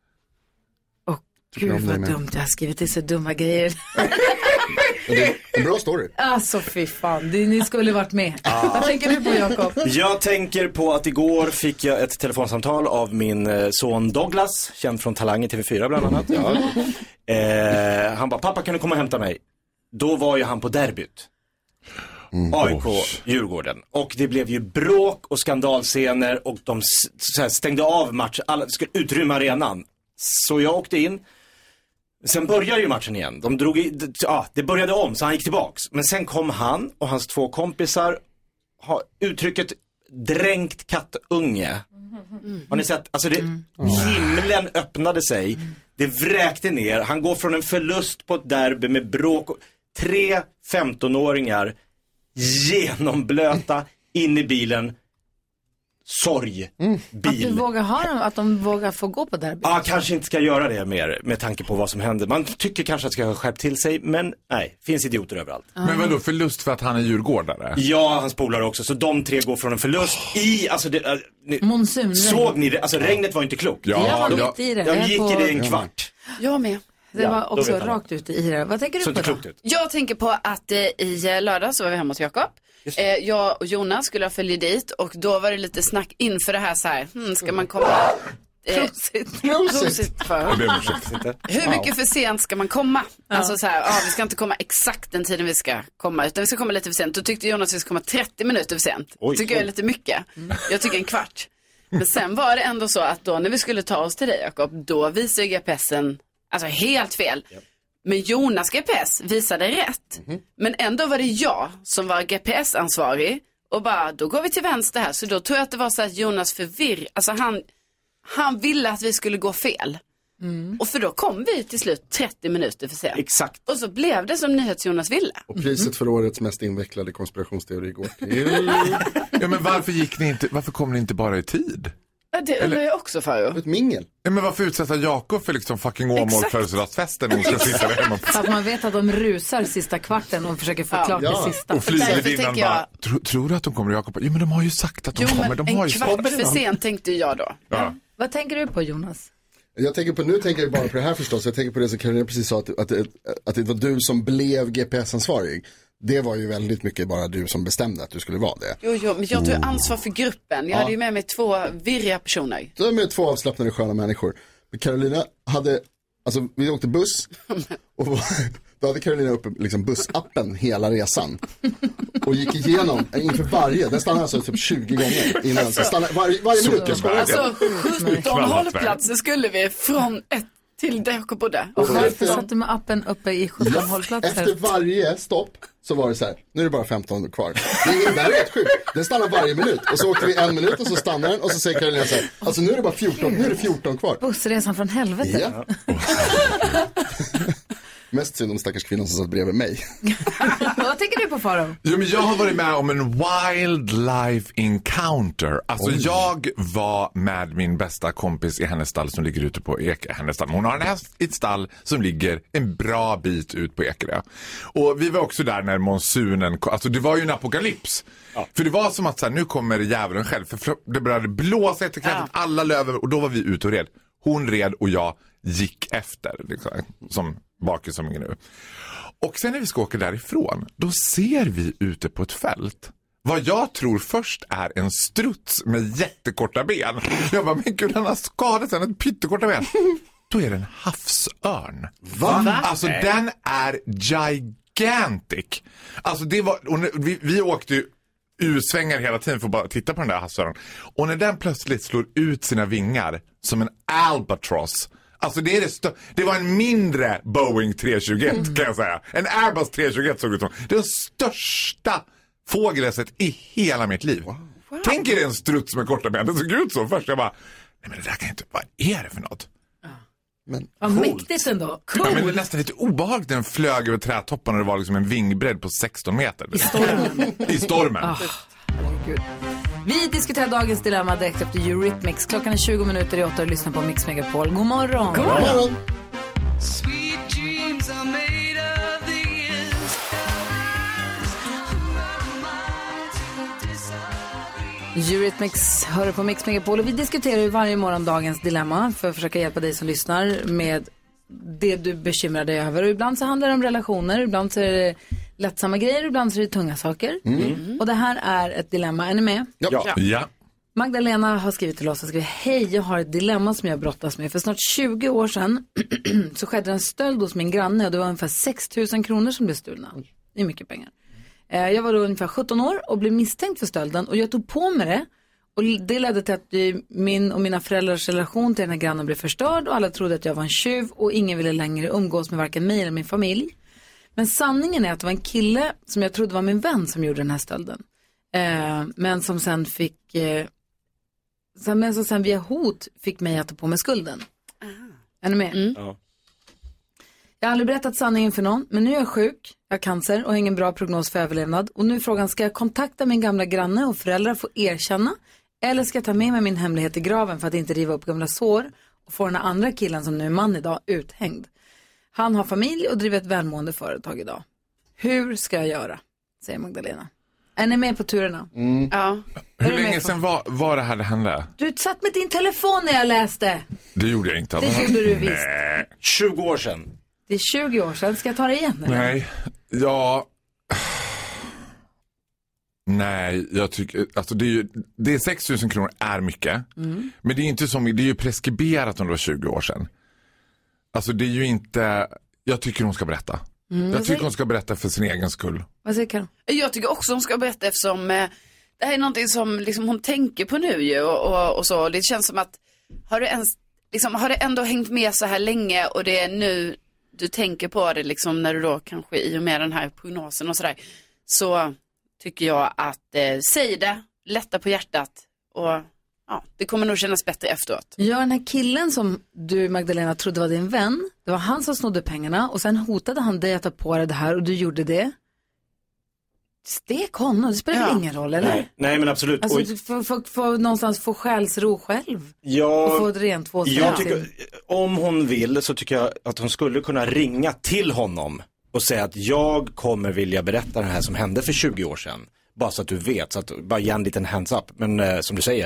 Åh, gud vad dumt jag har skrivit. Det är så dumma grejer. Det är en bra story. Alltså fy fan, det, ni skulle varit med. Ah. Vad tänker du på, Jakob? Jag tänker på att igår fick jag ett telefonsamtal av min son Douglas, känd från Talang i T V fyra bland annat. Ja. eh, han bara, pappa kan du komma och hämta mig? Då var ju han på derbyt. Mm. A I K-Djurgården. Och det blev ju bråk och skandalscener och de så här, stängde av matchen. Alla skulle utrymma arenan. Så jag åkte in. Sen började ju matchen igen. De drog i, ja, det började om så han gick tillbaks. Men sen kom han och hans två kompisar. Har uttrycket dränkt kattunge. Mm. Har ni sett? Alltså det, mm. himlen öppnade sig. Det vräkte ner. Han går från en förlust på ett derby med bråk. Tre femtonåringar genomblöta in i bilen. Sorg. Mm. Bil. Att du vågar ha dem, att de vågar få gå på derby. Ja, kanske inte ska göra det mer med tanke på vad som händer. Man tycker kanske att det ska ha skärpt till sig, men nej, finns idioter överallt. Mm. Men vadå, förlust för att han är djurgårdare? Ja, hans polare också. Så de tre går från en förlust oh. i, alltså det, äh, ni, monsun. Såg ni det? Alltså regnet var inte klokt. Ja, jag var de, mitt i det. De gick på... i det en kvart. Jag med. Det var också ja, rakt ute i det. Vad tänker du så på då? Jag tänker på att eh, i lördag så var vi hemma hos Jakob. Eh, jag och Jonas skulle ha följt dit och då var det lite snack inför det här så här. Hmm, ska man komma... Eh, Prosit. Prosit för. Hur mycket för sent ska man komma? Ja. Alltså så här, ah, vi ska inte komma exakt den tiden vi ska komma utan vi ska komma lite för sent. Då tyckte Jonas att vi ska komma trettio minuter för sent. Oj, tycker jag är lite mycket. Mm. Jag tycker en kvart. Men sen var det ändå så att då när vi skulle ta oss till dig, Jakob, då visade G P S'en alltså helt fel. Yep. Men Jonas G P S visade rätt. Mm-hmm. Men ändå var det jag som var G P S-ansvarig. Och bara, då går vi till vänster här. Så då tror jag att det var så att Jonas förvirr. Alltså han, han ville att vi skulle gå fel. Mm. Och för då kom vi till slut trettio minuter för sent. Exakt. Och så blev det som NyhetsJonas ville. Och priset för årets mest invecklade konspirationsteori går till... Ja, men varför gick ni inte, varför kom ni inte bara i tid? Ja, det undrar jag också för. Ett mingel. Ja, men varför utsätta Jakob för liksom fucking Åmål födelsedagsfesten och ska sitta där hemma? För att man vet att de rusar sista kvarten och försöker få ja. klart ja. det sista. Och flygvärdinnan jag... bara, Tro, tror du att de kommer, Jakob? Jo, men de har ju sagt att de jo, kommer. De en har ju kvart för sent tänkte jag då. Ja. Ja. Vad tänker du på, Jonas? Jag tänker på, nu tänker jag bara på det här förstås. Jag tänker på det som Karolina precis sa, att, att, att, att det var du som blev G P S-ansvarig. Det var ju väldigt mycket bara du som bestämde att du skulle vara det. Jo, jo men jag tog ansvar för gruppen. Jag ja. hade ju med mig två virriga personer. Du hade med två avslappnade sköna människor. Men Karolina hade, alltså vi åkte buss och då hade Karolina uppe liksom bussappen hela resan. Och gick igenom inför varje, den stannade alltså typ tjugo gånger innan. Så stannade, varje varje minut. Jag skojar. Alltså sjutton hållplatser skulle vi från ett till där jag bodde. Och varför satt du med appen uppe i sjutton hållplatser? Efter varje stopp så var det så här, nu är det bara femton kvar. Det är, det här är rätt sjukt. Den stannar varje minut. Och så åker vi en minut och så stannar den och så säger Karolina så här, alltså nu är det bara fjorton, nu är det fjorton kvar. Bussresan från helvete. Ja. Mest synd om stackars kvinnan som satt bredvid mig. Vad tänker du på, Faro? Jo, men jag har varit med om en wildlife encounter. Alltså Oj. jag var med min bästa kompis i hennes stall som ligger ute på Eke. Hennes stall. Hon har en häst i ett stall som ligger en bra bit ut på Ekerö. Och vi var också där när monsunen kom. Alltså det var ju en apokalyps. Ja. För det var som att så här, nu kommer djävulen själv. För det började blåsa efter kraftigt, ja. alla löver. Och då var vi ute och red. Hon red och jag gick efter. Liksom, som bakis som ingen nu. Och sen när vi ska åka därifrån, då ser vi ute på ett fält vad jag tror först är en struts med jättekorta ben. Jag bara, men gud, han har skadat sig, ett pyttekorta ben. Då är det en havsörn. Va? Alltså den är gigantic. Alltså det var, och vi, vi åkte ju ursvängar hela tiden för att bara titta på den där havsörnen. Och när den plötsligt slår ut sina vingar som en albatross, Alltså det är det stö- Det var en mindre Boeing tre tjugoett mm. kan jag säga. En Airbus tre tjugoett såg ut som. Det är den största fågelesset i hela mitt liv. Wow. Wow. Tänk er en struts med korta ben. Det såg ut så först. Jag bara, nej men det där kan inte, vad är det för något? Men vad mäktigt ändå. Cool. Ja, men det är nästan lite obehagligt när den flög över trädtopparna och det var liksom en vingbredd på sexton meter. I stormen. I stormen. Oh, herregud. Vi diskuterar dagens dilemma direkt efter Eurythmics. Klockan är tjugo minuter i åtta och lyssnar på Mix Megapol. God morgon. God morgon. Eurythmics hör på Mix Megapol och vi diskuterar ju varje morgon dagens dilemma för att försöka hjälpa dig som lyssnar med det du bekymrar dig över. Och ibland så handlar det om relationer, ibland så är det lättsamma grejer, ibland så är det tunga saker. Mm. Och det här är ett dilemma. Är ni med? Ja. ja. Magdalena har skrivit till oss och skrivit: hej, jag har ett dilemma som jag brottas med. För snart tjugo år sedan så skedde en stöld hos min granne och det var ungefär sex tusen kronor som blev stulna. Det är mycket pengar. Jag var då ungefär sjutton år och blev misstänkt för stölden och jag tog på mig det. Och det ledde till att min och mina föräldrars relation till den här grannen blev förstörd och alla trodde att jag var en tjuv och ingen ville längre umgås med varken mig eller min familj. Men sanningen är att det var en kille som jag trodde var min vän som gjorde den här stölden. Eh, men som sen fick, eh, men som sen via hot fick mig att ta på mig skulden. Är ni med? Mm. Ja. Jag har aldrig berättat sanningen för någon, men nu är jag sjuk, jag har cancer och har ingen bra prognos för överlevnad. Och nu är frågan, ska jag kontakta min gamla granne och föräldrar få erkänna? Eller ska jag ta med mig min hemlighet i graven för att inte riva upp gamla sår och få den andra killen som nu är man idag uthängd? Han har familj och driver ett välmående företag idag. Hur ska jag göra? Säger Magdalena. Är ni med på turerna? Mm. Ja. Hur länge sedan var, var det här det hände? Du satt med din telefon när jag läste. Det gjorde jag inte. Det gjorde du visst. Nej. tjugo år sedan. Det är tjugo år sedan. Ska jag ta det igen? Eller? Nej, ja... Nej, jag tycker... Alltså det är ju... Det är sex tusen kronor är mycket. Mm. Men det är inte som... Det är ju preskriberat om det var tjugo år sedan. Alltså det är ju inte... Jag tycker hon ska berätta. Mm, jag tycker hon ska berätta för sin egen skull. Vad säger Karin? Jag tycker också hon ska berätta eftersom... Eh, det här är någonting som liksom, hon tänker på nu ju. Och, och, och så. Det känns som att... Har du ens... Liksom, har det ändå hängt med så här länge och det är nu... Du tänker på det liksom när du då kanske i och med den här prognosen och sådär. Så tycker jag att eh, säg det, lätta på hjärtat och ja, det kommer nog kännas bättre efteråt. Ja, den här killen som du Magdalena trodde var din vän, det var han som snodde pengarna och sen hotade han dig att ta på dig det här och du gjorde det. Stek honom, det spelar ja. ingen roll, eller? Nej, Nej men absolut. Alltså, du får, får, får någonstans få själsro själv. Ja, och få ett rent två jag tycker, om hon vill så tycker jag att hon skulle kunna ringa till honom och säga att jag kommer vilja berätta det här som hände för tjugo år sedan. Bara så att du vet, så att bara ge en liten hands up. Men eh, som du säger,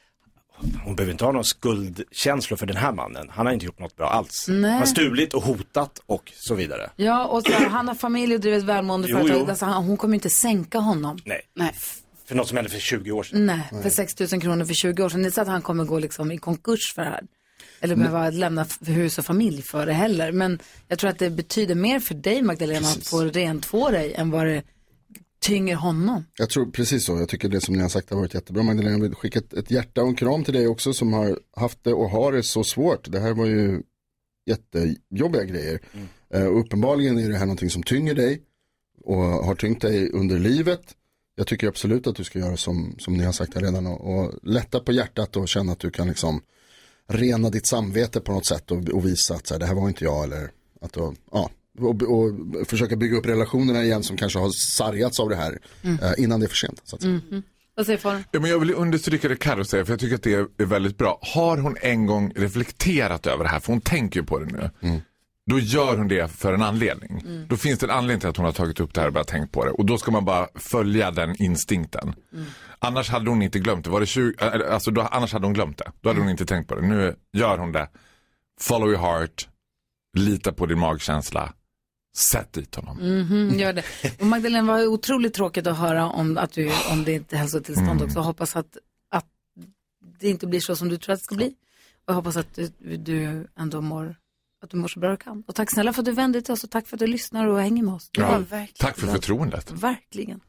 hon behöver inte ha någon skuldkänslor för den här mannen. Han har inte gjort något bra alls. Nej. Han har stulit och hotat och så vidare. Ja, och så, han har familj och driver ett välmående företag. Alltså, hon kommer inte sänka honom. Nej. Nej. För något som hände för tjugo år sedan. Nej, för sex tusen kronor för tjugo år sedan. Det är inte så att han kommer gå liksom i konkurs för det här. Eller behöva lämna hus och familj för det heller. Men jag tror att det betyder mer för dig, Magdalena, precis. Att få rent få dig än vad det tynger honom. Jag tror precis så. Jag tycker det som ni har sagt har varit jättebra. Magdalena, jag vill skicka ett, ett hjärta och en kram till dig också som har haft det och har det så svårt. Det här var ju jättejobbiga grejer. Mm. Uh, och uppenbarligen är det här någonting som tynger dig och har tyngt dig under livet. Jag tycker absolut att du ska göra som, som ni har sagt här redan och, och lätta på hjärtat och känna att du kan liksom rena ditt samvete på något sätt och, och visa att så här, det här var inte jag eller att då, ja. Och, och försöka bygga upp relationerna igen som kanske har sargats av det här mm. eh, innan det är för sent. Så att säga. Mm-hmm. Vad säger Farah? Ja, men jag vill understryka det Karo säger för jag tycker att det är, är väldigt bra. Har hon en gång reflekterat över det här, för hon tänker ju på det nu, mm. då gör hon det för en anledning. Mm. Då finns det en anledning till att hon har tagit upp det här och bara tänkt på det. Och då ska man bara följa den instinkten. Mm. Annars hade hon inte glömt det. Var det tjugo, alltså då, annars hade hon glömt det. Då hade hon inte tänkt på det. Nu gör hon det. Follow your heart. Lita på din magkänsla. Sätt dit honom. Mm-hmm, gör det. Och Magdalena, var otroligt tråkigt att höra om, att du, om det inte är hälsotillstånd mm. också. Jag hoppas att, att det inte blir så som du tror att det ska bli. Och jag hoppas att du, du ändå mår, att du mår så bra du kan. Och tack snälla för att du vände till oss och tack för att du lyssnar och hänger med oss. Ja, tack för förtroendet. Verkligen.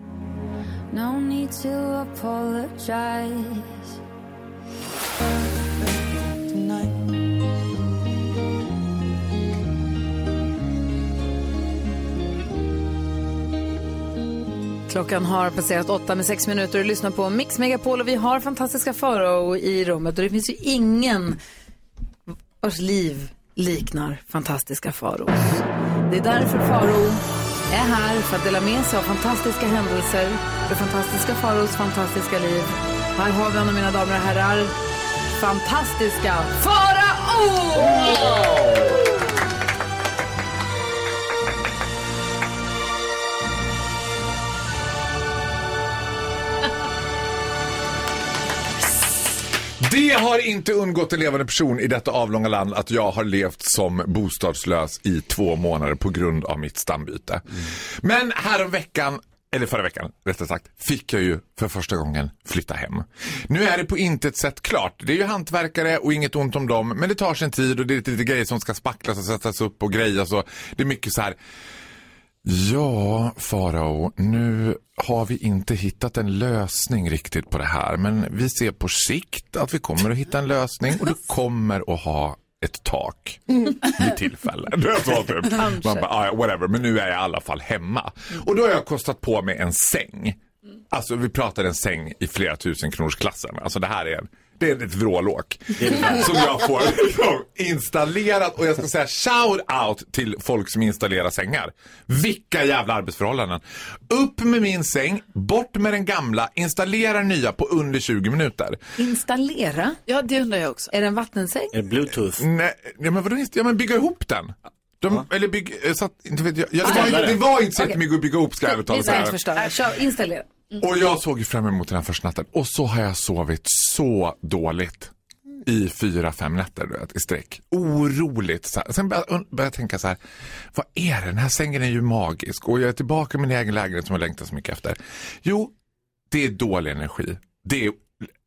No need to apologize. Tonight. Klockan har passerat åtta med sex minuter och lyssnar på Mix Megapol och vi har fantastiska Farao i rummet och det finns ju ingen vars liv liknar fantastiska Faraos. Det är därför Farao är här för att dela med sig av fantastiska händelser för fantastiska Faraos fantastiska liv. Här har vi honom, mina damer och herrar, fantastiska Farao! Det har inte undgått en levande person i detta avlånga land att jag har levt som bostadslös i två månader på grund av mitt stambyte. Mm. Men härom veckan, eller förra veckan rättare sagt, fick jag ju för första gången flytta hem. Nu är det på intet sätt klart. Det är ju hantverkare och inget ont om dem, men det tar sin tid och det är lite, lite grejer som ska spacklas och sättas upp och grejas och det är mycket så här. Ja, Farao, nu har vi inte hittat en lösning riktigt på det här, men vi ser på sikt att vi kommer att hitta en lösning och du kommer att ha ett tak vid tillfälle. Det är så typ. Man bara, ah, whatever, men nu är jag i alla fall hemma. Och då har jag kostat på mig en säng. Alltså vi pratar en säng i flera tusen kronors klassen. Alltså det här är en Det är ett vrålåk som jag får installerat. Och jag ska säga shout out till folk som installerar sängar. Vilka jävla arbetsförhållanden. Upp med min säng, bort med den gamla, installera nya på under tjugo minuter. Installera? Ja, det undrar jag också. Är det en vattensäng? Är det Bluetooth? Nej, ja, men vadå? Ja, men bygga ihop den. De, ja. Eller bygg, så att, inte vet jag. Ja, det, var, det var inte så okay. mycket att bygga ihop, ska jag uttala så här. Kör, installera. Mm. Och jag såg ju fram emot den här första natten. Och så har jag sovit så dåligt i fyra, fem nätter du vet, i sträck. Oroligt. Så här. Sen började jag tänka så här, vad är det? Den här sängen är ju magisk. Och jag är tillbaka i min egen lägenhet som jag längtar så mycket efter. Jo, det är dålig energi. Det är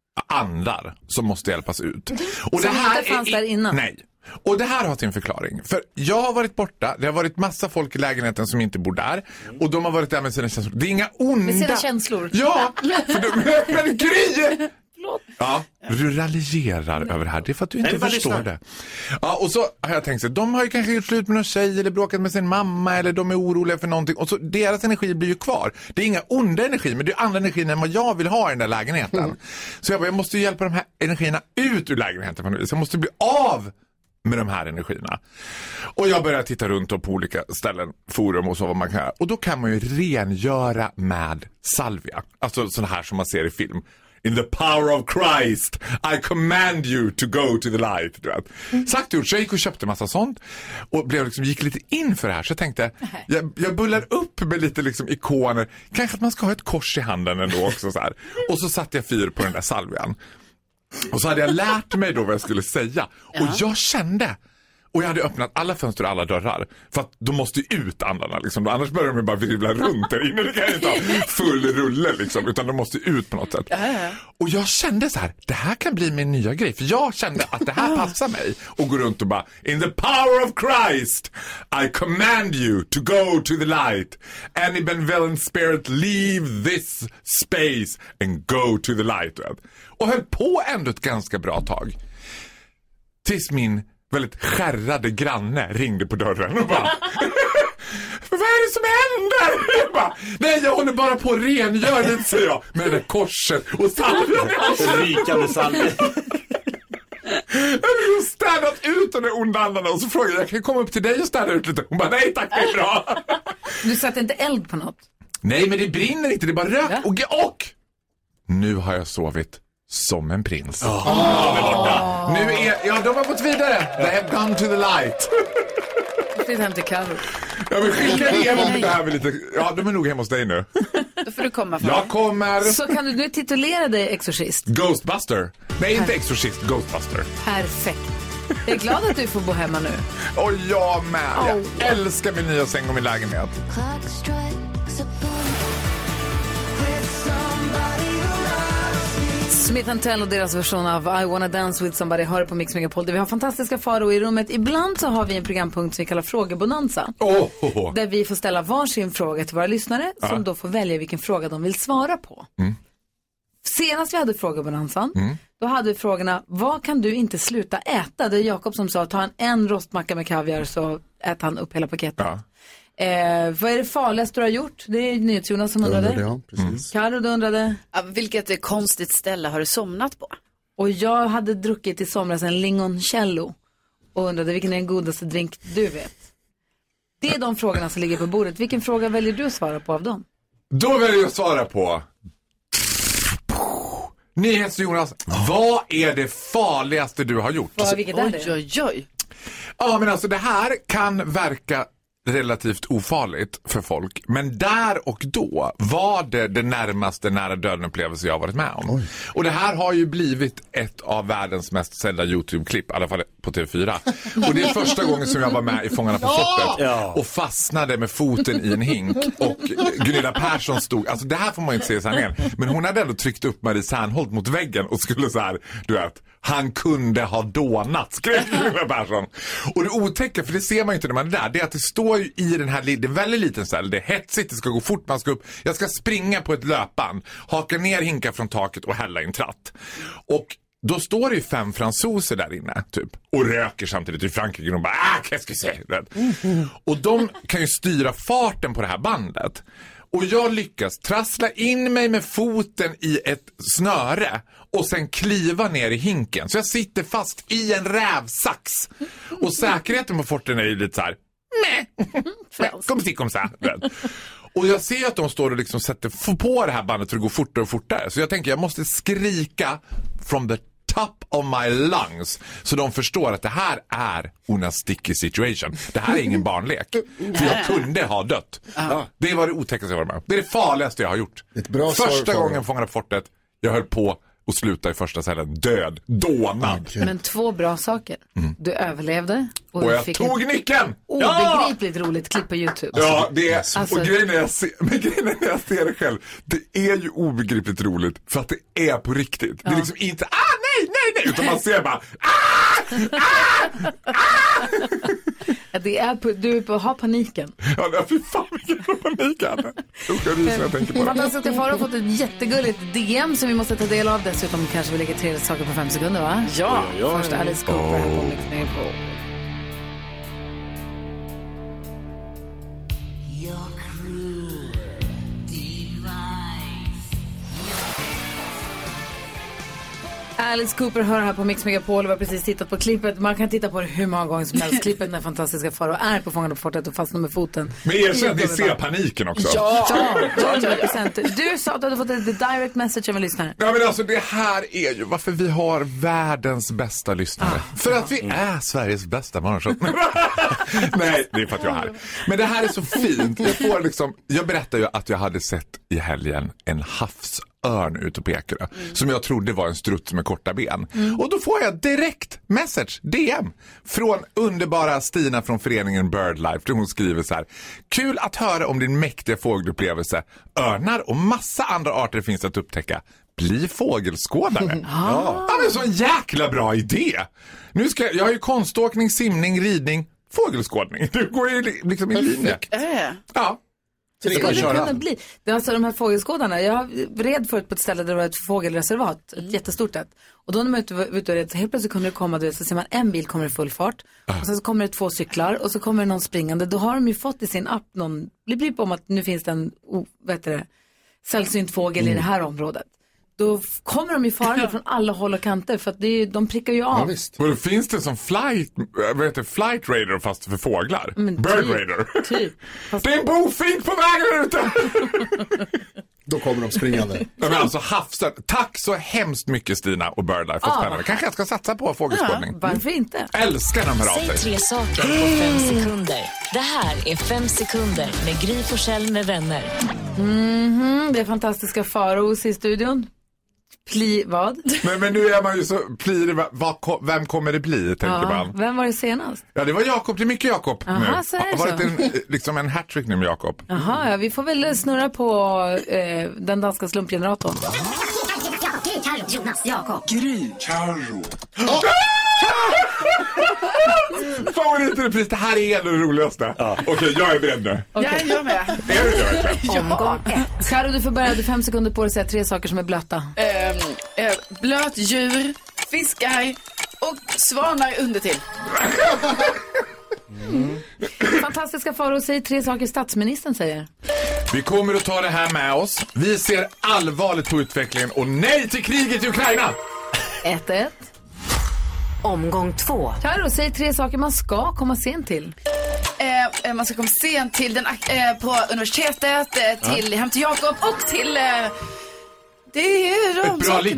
andar som måste hjälpas ut. Och som det här inte fanns är, där innan? Nej. Och det här har sin förklaring. För jag har varit borta. Det har varit massa folk i lägenheten som inte bor där. Och de har varit där med sina känslor. Det är inga onda... Med sina känslor? Ja! För de, men Gry! Ja, du raljerar över det här. Det är för att du inte förstår det. Ja, och så har jag tänkt sig, de har ju kanske gjort slut med någon tjej eller bråkat med sin mamma eller de är oroliga för någonting. Och så deras energi blir ju kvar. Det är inga onda energi, men det är andra energier än vad jag vill ha i den där lägenheten. Mm. Så jag bara, jag måste ju hjälpa de här energierna ut ur lägenheten på något vis. Jag måste bli av med de här energierna. Och jag börjar titta runt på olika ställen, forum och så vad man kan göra. Och då kan man ju rengöra med salvia. Alltså sån här som man ser i film. In the power of Christ, I command you to go to the light. Du vet. Mm. Sagt gjort, så jag gick och köpte massa sånt. Och blev liksom, gick lite in för det här. Så jag tänkte, jag, jag bullar upp med lite liksom ikoner. Kanske att man ska ha ett kors i handen ändå också. Så här. Och så satte jag fyr på den där salvian. Och så hade jag lärt mig då vad jag skulle säga. Ja. Och jag kände, och jag hade öppnat alla fönster och alla dörrar. För att de måste ju ut andarna liksom. Annars börjar de bara virvla runt där inne. Det kan ju inte ha full rulle liksom. Utan de måste ut på något sätt. Ja. Och jag kände så här, det här kan bli min nya grej. För jag kände att det här passar mig. Och gå runt och bara, in the power of Christ, I command you to go to the light. Any benevolent spirit, leave this space and go to the light. Och höll på ändå ett ganska bra tag. Tills min väldigt skärrade granne ringde på dörren och bara, vad är det som händer? Jag bara, nej, jag håller bara på att rengöra det, säger jag, med det där korset och salven. Rikande salven. Jag hade städat ut de där onda andarna och så frågade jag, jag kan komma upp till dig och städa ut lite. Hon bara, nej tack, det är bra. Du satte inte eld på något? Nej, men det brinner inte, det är bara rök. Ja. Och, och nu har jag sovit som en prins. Oh. Oh. Nu är, ja, de har gått vidare. They have gone to the light. Flytt hem till Carro. Ja, men skicka ner dem det här med lite. Ja, de är nog hemma hos dig nu. Då får du komma för. Jag kommer. Så kan du nu titulera dig exorcist. Ghostbuster. Nej, inte exorcist, Ghostbuster. Perfekt. Jag är glad att du får bo hemma nu. Och jag med. Jag oh. älskar min nya säng och min lägenhet. Smith and Tell och deras version av I wanna dance with somebody hör på Mix Megapol där vi har fantastiska Farao i rummet. Ibland så har vi en programpunkt som vi kallar Frågebonanza. Oh, oh, oh. Där vi får ställa varsin fråga till våra lyssnare som ah. då får välja vilken fråga de vill svara på. Mm. Senast vi hade Frågebonanzan, mm. då hade vi frågorna, vad kan du inte sluta äta? Det är Jakob som sa, ta en, en rostmacka med kaviar så äter han upp hela paketet. Ja. Eh, vad är det farligaste du har gjort? Det är NyhetsJonas som undrade. Undrade, ja, precis. Karo, du undrade. Ja, vilket konstigt ställe har du somnat på? Och jag hade druckit i somras en limoncello och undrade vilken är den godaste drink du vet. Det är de frågorna som ligger på bordet. Vilken fråga väljer du att svara på av dem? Då väljer jag att svara på NyhetsJonas, vad är det farligaste du har gjort? Vad, vilket är det? Oj, oj, oj. Ja, men alltså det här kan verka relativt ofarligt för folk. Men där och då var det det närmaste nära döden-upplevelse jag har varit med om. Oj. Och det här har ju blivit ett av världens mest sedda YouTube-klipp, i alla fall på T V fyra. Och det är första gången som jag var med i Fångarna på fortet ja. och fastnade med foten i en hink. Och Gunilla Persson stod, alltså det här får man inte se så här ner, men hon hade ändå tryckt upp Marie Serneholt mot väggen och skulle så här, du vet, han kunde ha dånat, skrev Gunilla Persson. Och det otäcka, för det ser man ju inte när man är där, det är att det står ju i den här, det är väldigt liten cell, det är hetsigt, det ska gå fort, man ska upp, jag ska springa på ett löpband, haka ner hinkar från taket och hälla i en tratt. Och då står det ju fem fransoser där inne, typ, och röker samtidigt i Frankrike och de bara, ah, qu'est-ce que c'est? Mm. Och de kan ju styra farten på det här bandet. Och jag lyckas trassla in mig med foten i ett snöre och sen kliva ner i hinken. Så jag sitter fast i en rävsax. Och säkerheten på forten är ju lite så här, nej, kom stick kom så här. Och jag ser att de står och liksom sätter på det här bandet för att gå fortare och fortare. Så jag tänker, jag måste skrika from the top of my lungs så de förstår att det här är una sticky situation. Det här är ingen barnlek. För jag kunde ha dött. Ja. Det var det otäckaste jag var med. Det är det farligaste jag har gjort. Ett bra Första gången Fångarna på fortet, jag höll på och sluta i första cellen död, dånad. Okay. Men två bra saker. Mm. Du överlevde. Och, och du jag fick tog nyckeln! Obegripligt ja! roligt klipp på YouTube. Ja, det är, alltså... och grejen är, jag ser, men grejen är när jag ser det själv, det är ju obegripligt roligt för att det är på riktigt. Ja. Det är liksom inte, ah nej, nej, nej, utan man ser bara, ah, ah, ah. Ja, det är på, du är på, har paniken. Ja, det är fy fan vilken panik jag hade. Då ska jag visa jag tänker på det. Fantastiskt, Farao har fått ett jättegulligt D M som vi måste ta del av. Dessutom kanske vi lägger tre saker på fem sekunder, va? Ja. ja, ja. Först Alice Cooper här på Mix Megapol. Alice Cooper hör här på Mix Megapol och har precis tittat på klippet. Man kan titta på det hur många gånger som helst. Klippet när fantastiska Farao är på Fångarna på fortet och fastnar med foten. Men erkänn att ni ser paniken också. Ja, ja, hundra procent. Du sa att du hade fått ett direct message av en lyssnare. Ja, men alltså det här är ju varför vi har världens bästa lyssnare. Ah. För att vi är Sveriges bästa morgonshow. Nej, det är för att jag är här. Men det här är så fint. Jag får liksom, jag berättar ju att jag hade sett i helgen en havs örn ute på Ekerö mm. som jag trodde var en struts med korta ben. Mm. Och då får jag direkt message, D M från underbara Stina från föreningen BirdLife där hon skriver så här: kul att höra om din mäktiga fågelupplevelse. Örnar och massa andra arter finns att upptäcka. Bli fågelskådare. Mm. Ja. Ja, men så en jäkla bra idé. Nu ska jag, jag har ju konståkning, simning, ridning, fågelskådning. Du går ju liksom i linje. Ja. Det skulle kunna bli. Det är alltså de här fågelskådarna. Jag red förut på ett ställe där det var ett fågelreservat. Ett jättestort ett. Och då när man är ute, ute och red så helt plötsligt kunde det komma, du vet, så ser man en bil kommer i full fart. Ah. Och sen så kommer det två cyklar och så kommer det någon springande. Då har de ju fått i sin app någon blip om att nu finns det en oh, vad heter det, sällsynt fågel mm. i det här området. Då kommer de ju farande från alla håll och kanter för att det är, de prickar ju av. Ja, visst. Och då finns det som flight, vad heter flight radar fast för fåglar. Men Bird typ, radar. Typ. Fast... Det är en bofink på vägen ute. Då kommer de springande. Ja, men alltså havsen. Tack så hemskt mycket Stina och BirdLife för ah. spännande. Kanske jag ska satsa på fågelskådning. Ja, varför inte? Älskar de här av sig. Säg tre saker på fem sekunder. Det här är fem sekunder med Gry Forssell med vänner. Mm-hmm. Det är fantastiska Farao i studion. Pli, vad? Men, men nu är man ju så, pli, vad, vem kommer det bli, tänker ja, man. Vem var det senast? Ja, det var Jakob, det är mycket Jakob nu. Så är det var det en, liksom en hattrick nu med Jakob? Jaha, ja, vi får väl snurra på eh, den danska slumpgeneratorn. Gry, Carro, Jonas, Jakob. Gry, Carro. Oh! Favoritrepris, det här är det roligaste. Ja. Okej, okay, jag är beredd nu. Okay. Jag är jag med. Är du det? Omgång ett. Carro, du får börja, du fem sekunder på dig att säga tre saker som är blöta. Um, uh, blöt djur, fiskar och svanar under till. Mm. Fantastiska Faro, säger tre saker statsministern säger. Vi kommer att ta det här med oss. Vi ser allvarligt på utvecklingen och nej till kriget i Ukraina. ett ett. Omgång två. Karo, säger tre saker man ska komma sent till. Eh, man ska komma sent till den, eh, på universitetet, eh, till Ja. hem till Jakob och till... Eh, det är de Ett bra ligg.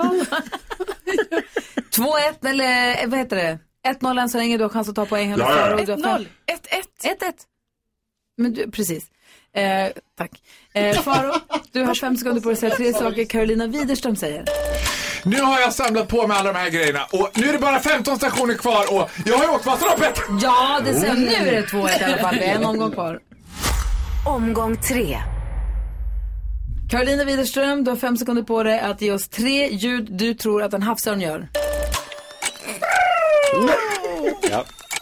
två ett eller vad heter det? ett noll än så länge, du har chans att ta poäng. Ja, ja, ja. ett noll. ett ett. ett ett. Men du, precis. Eh, tack. Eh, Faro, du har fem sekunder på dig att säga tre saker Carolina Widerström säger. Nu har jag samlat på med alla de här grejerna och nu är det bara femton stationer kvar och jag har ju åkt Vasaloppet. Ja, det säger nu är det två ett i alla fall. Det är en omgång kvar. Omgång tre. Carolina Widerström, du har fem sekunder på dig att ge oss tre ljud du tror att en havsörn gör. Ja.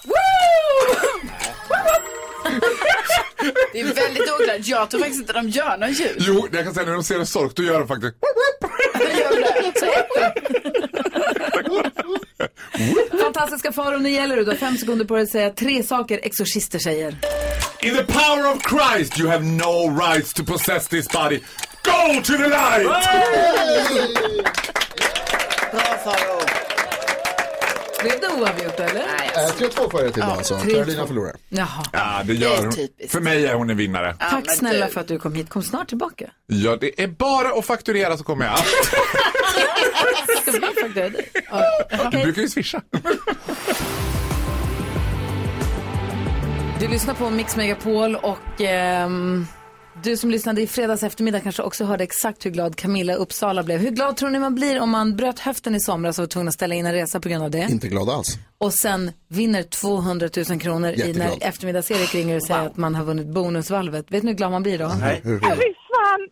Det är väldigt oklart. Jag tror faktiskt inte de gör någon ljud. Jo, jag kan säga när de ser en sork, då gör de faktiskt. Fantastiska Faro, nu gäller det. Du har fem sekunder på dig att säga tre saker exorcister säger. In the power of Christ you have no rights to possess this body. Go to the light! Bra Faro. Blev det oavgjort eller? Nej, alltså. tre två förra till Ja, alltså. tre Carolina två. förlorar. Jaha. Ja, det gör hon. För mig är hon en vinnare. Tack snälla för att du kom hit. Kom snart tillbaka. Ja, det är bara att fakturera så kommer jag. Ska vi fakturera dig? Ja, Du okej. brukar ju swisha. Du lyssnar på Mix Megapol och ehm, du som lyssnade i fredags eftermiddag kanske också hörde exakt hur glad Camilla Uppsala blev. Hur glad tror ni man blir om man bröt höften i somras och var tvungen att ställa in en resa på grund av det? Inte glad alls. Och sen vinner tvåhundratusen kronor i Jätteglad. när eftermiddags-Erik ringer och säger wow. att man har vunnit bonusvalvet. Vet ni hur glad man blir då? Nej. Hur, Ja, fy fan!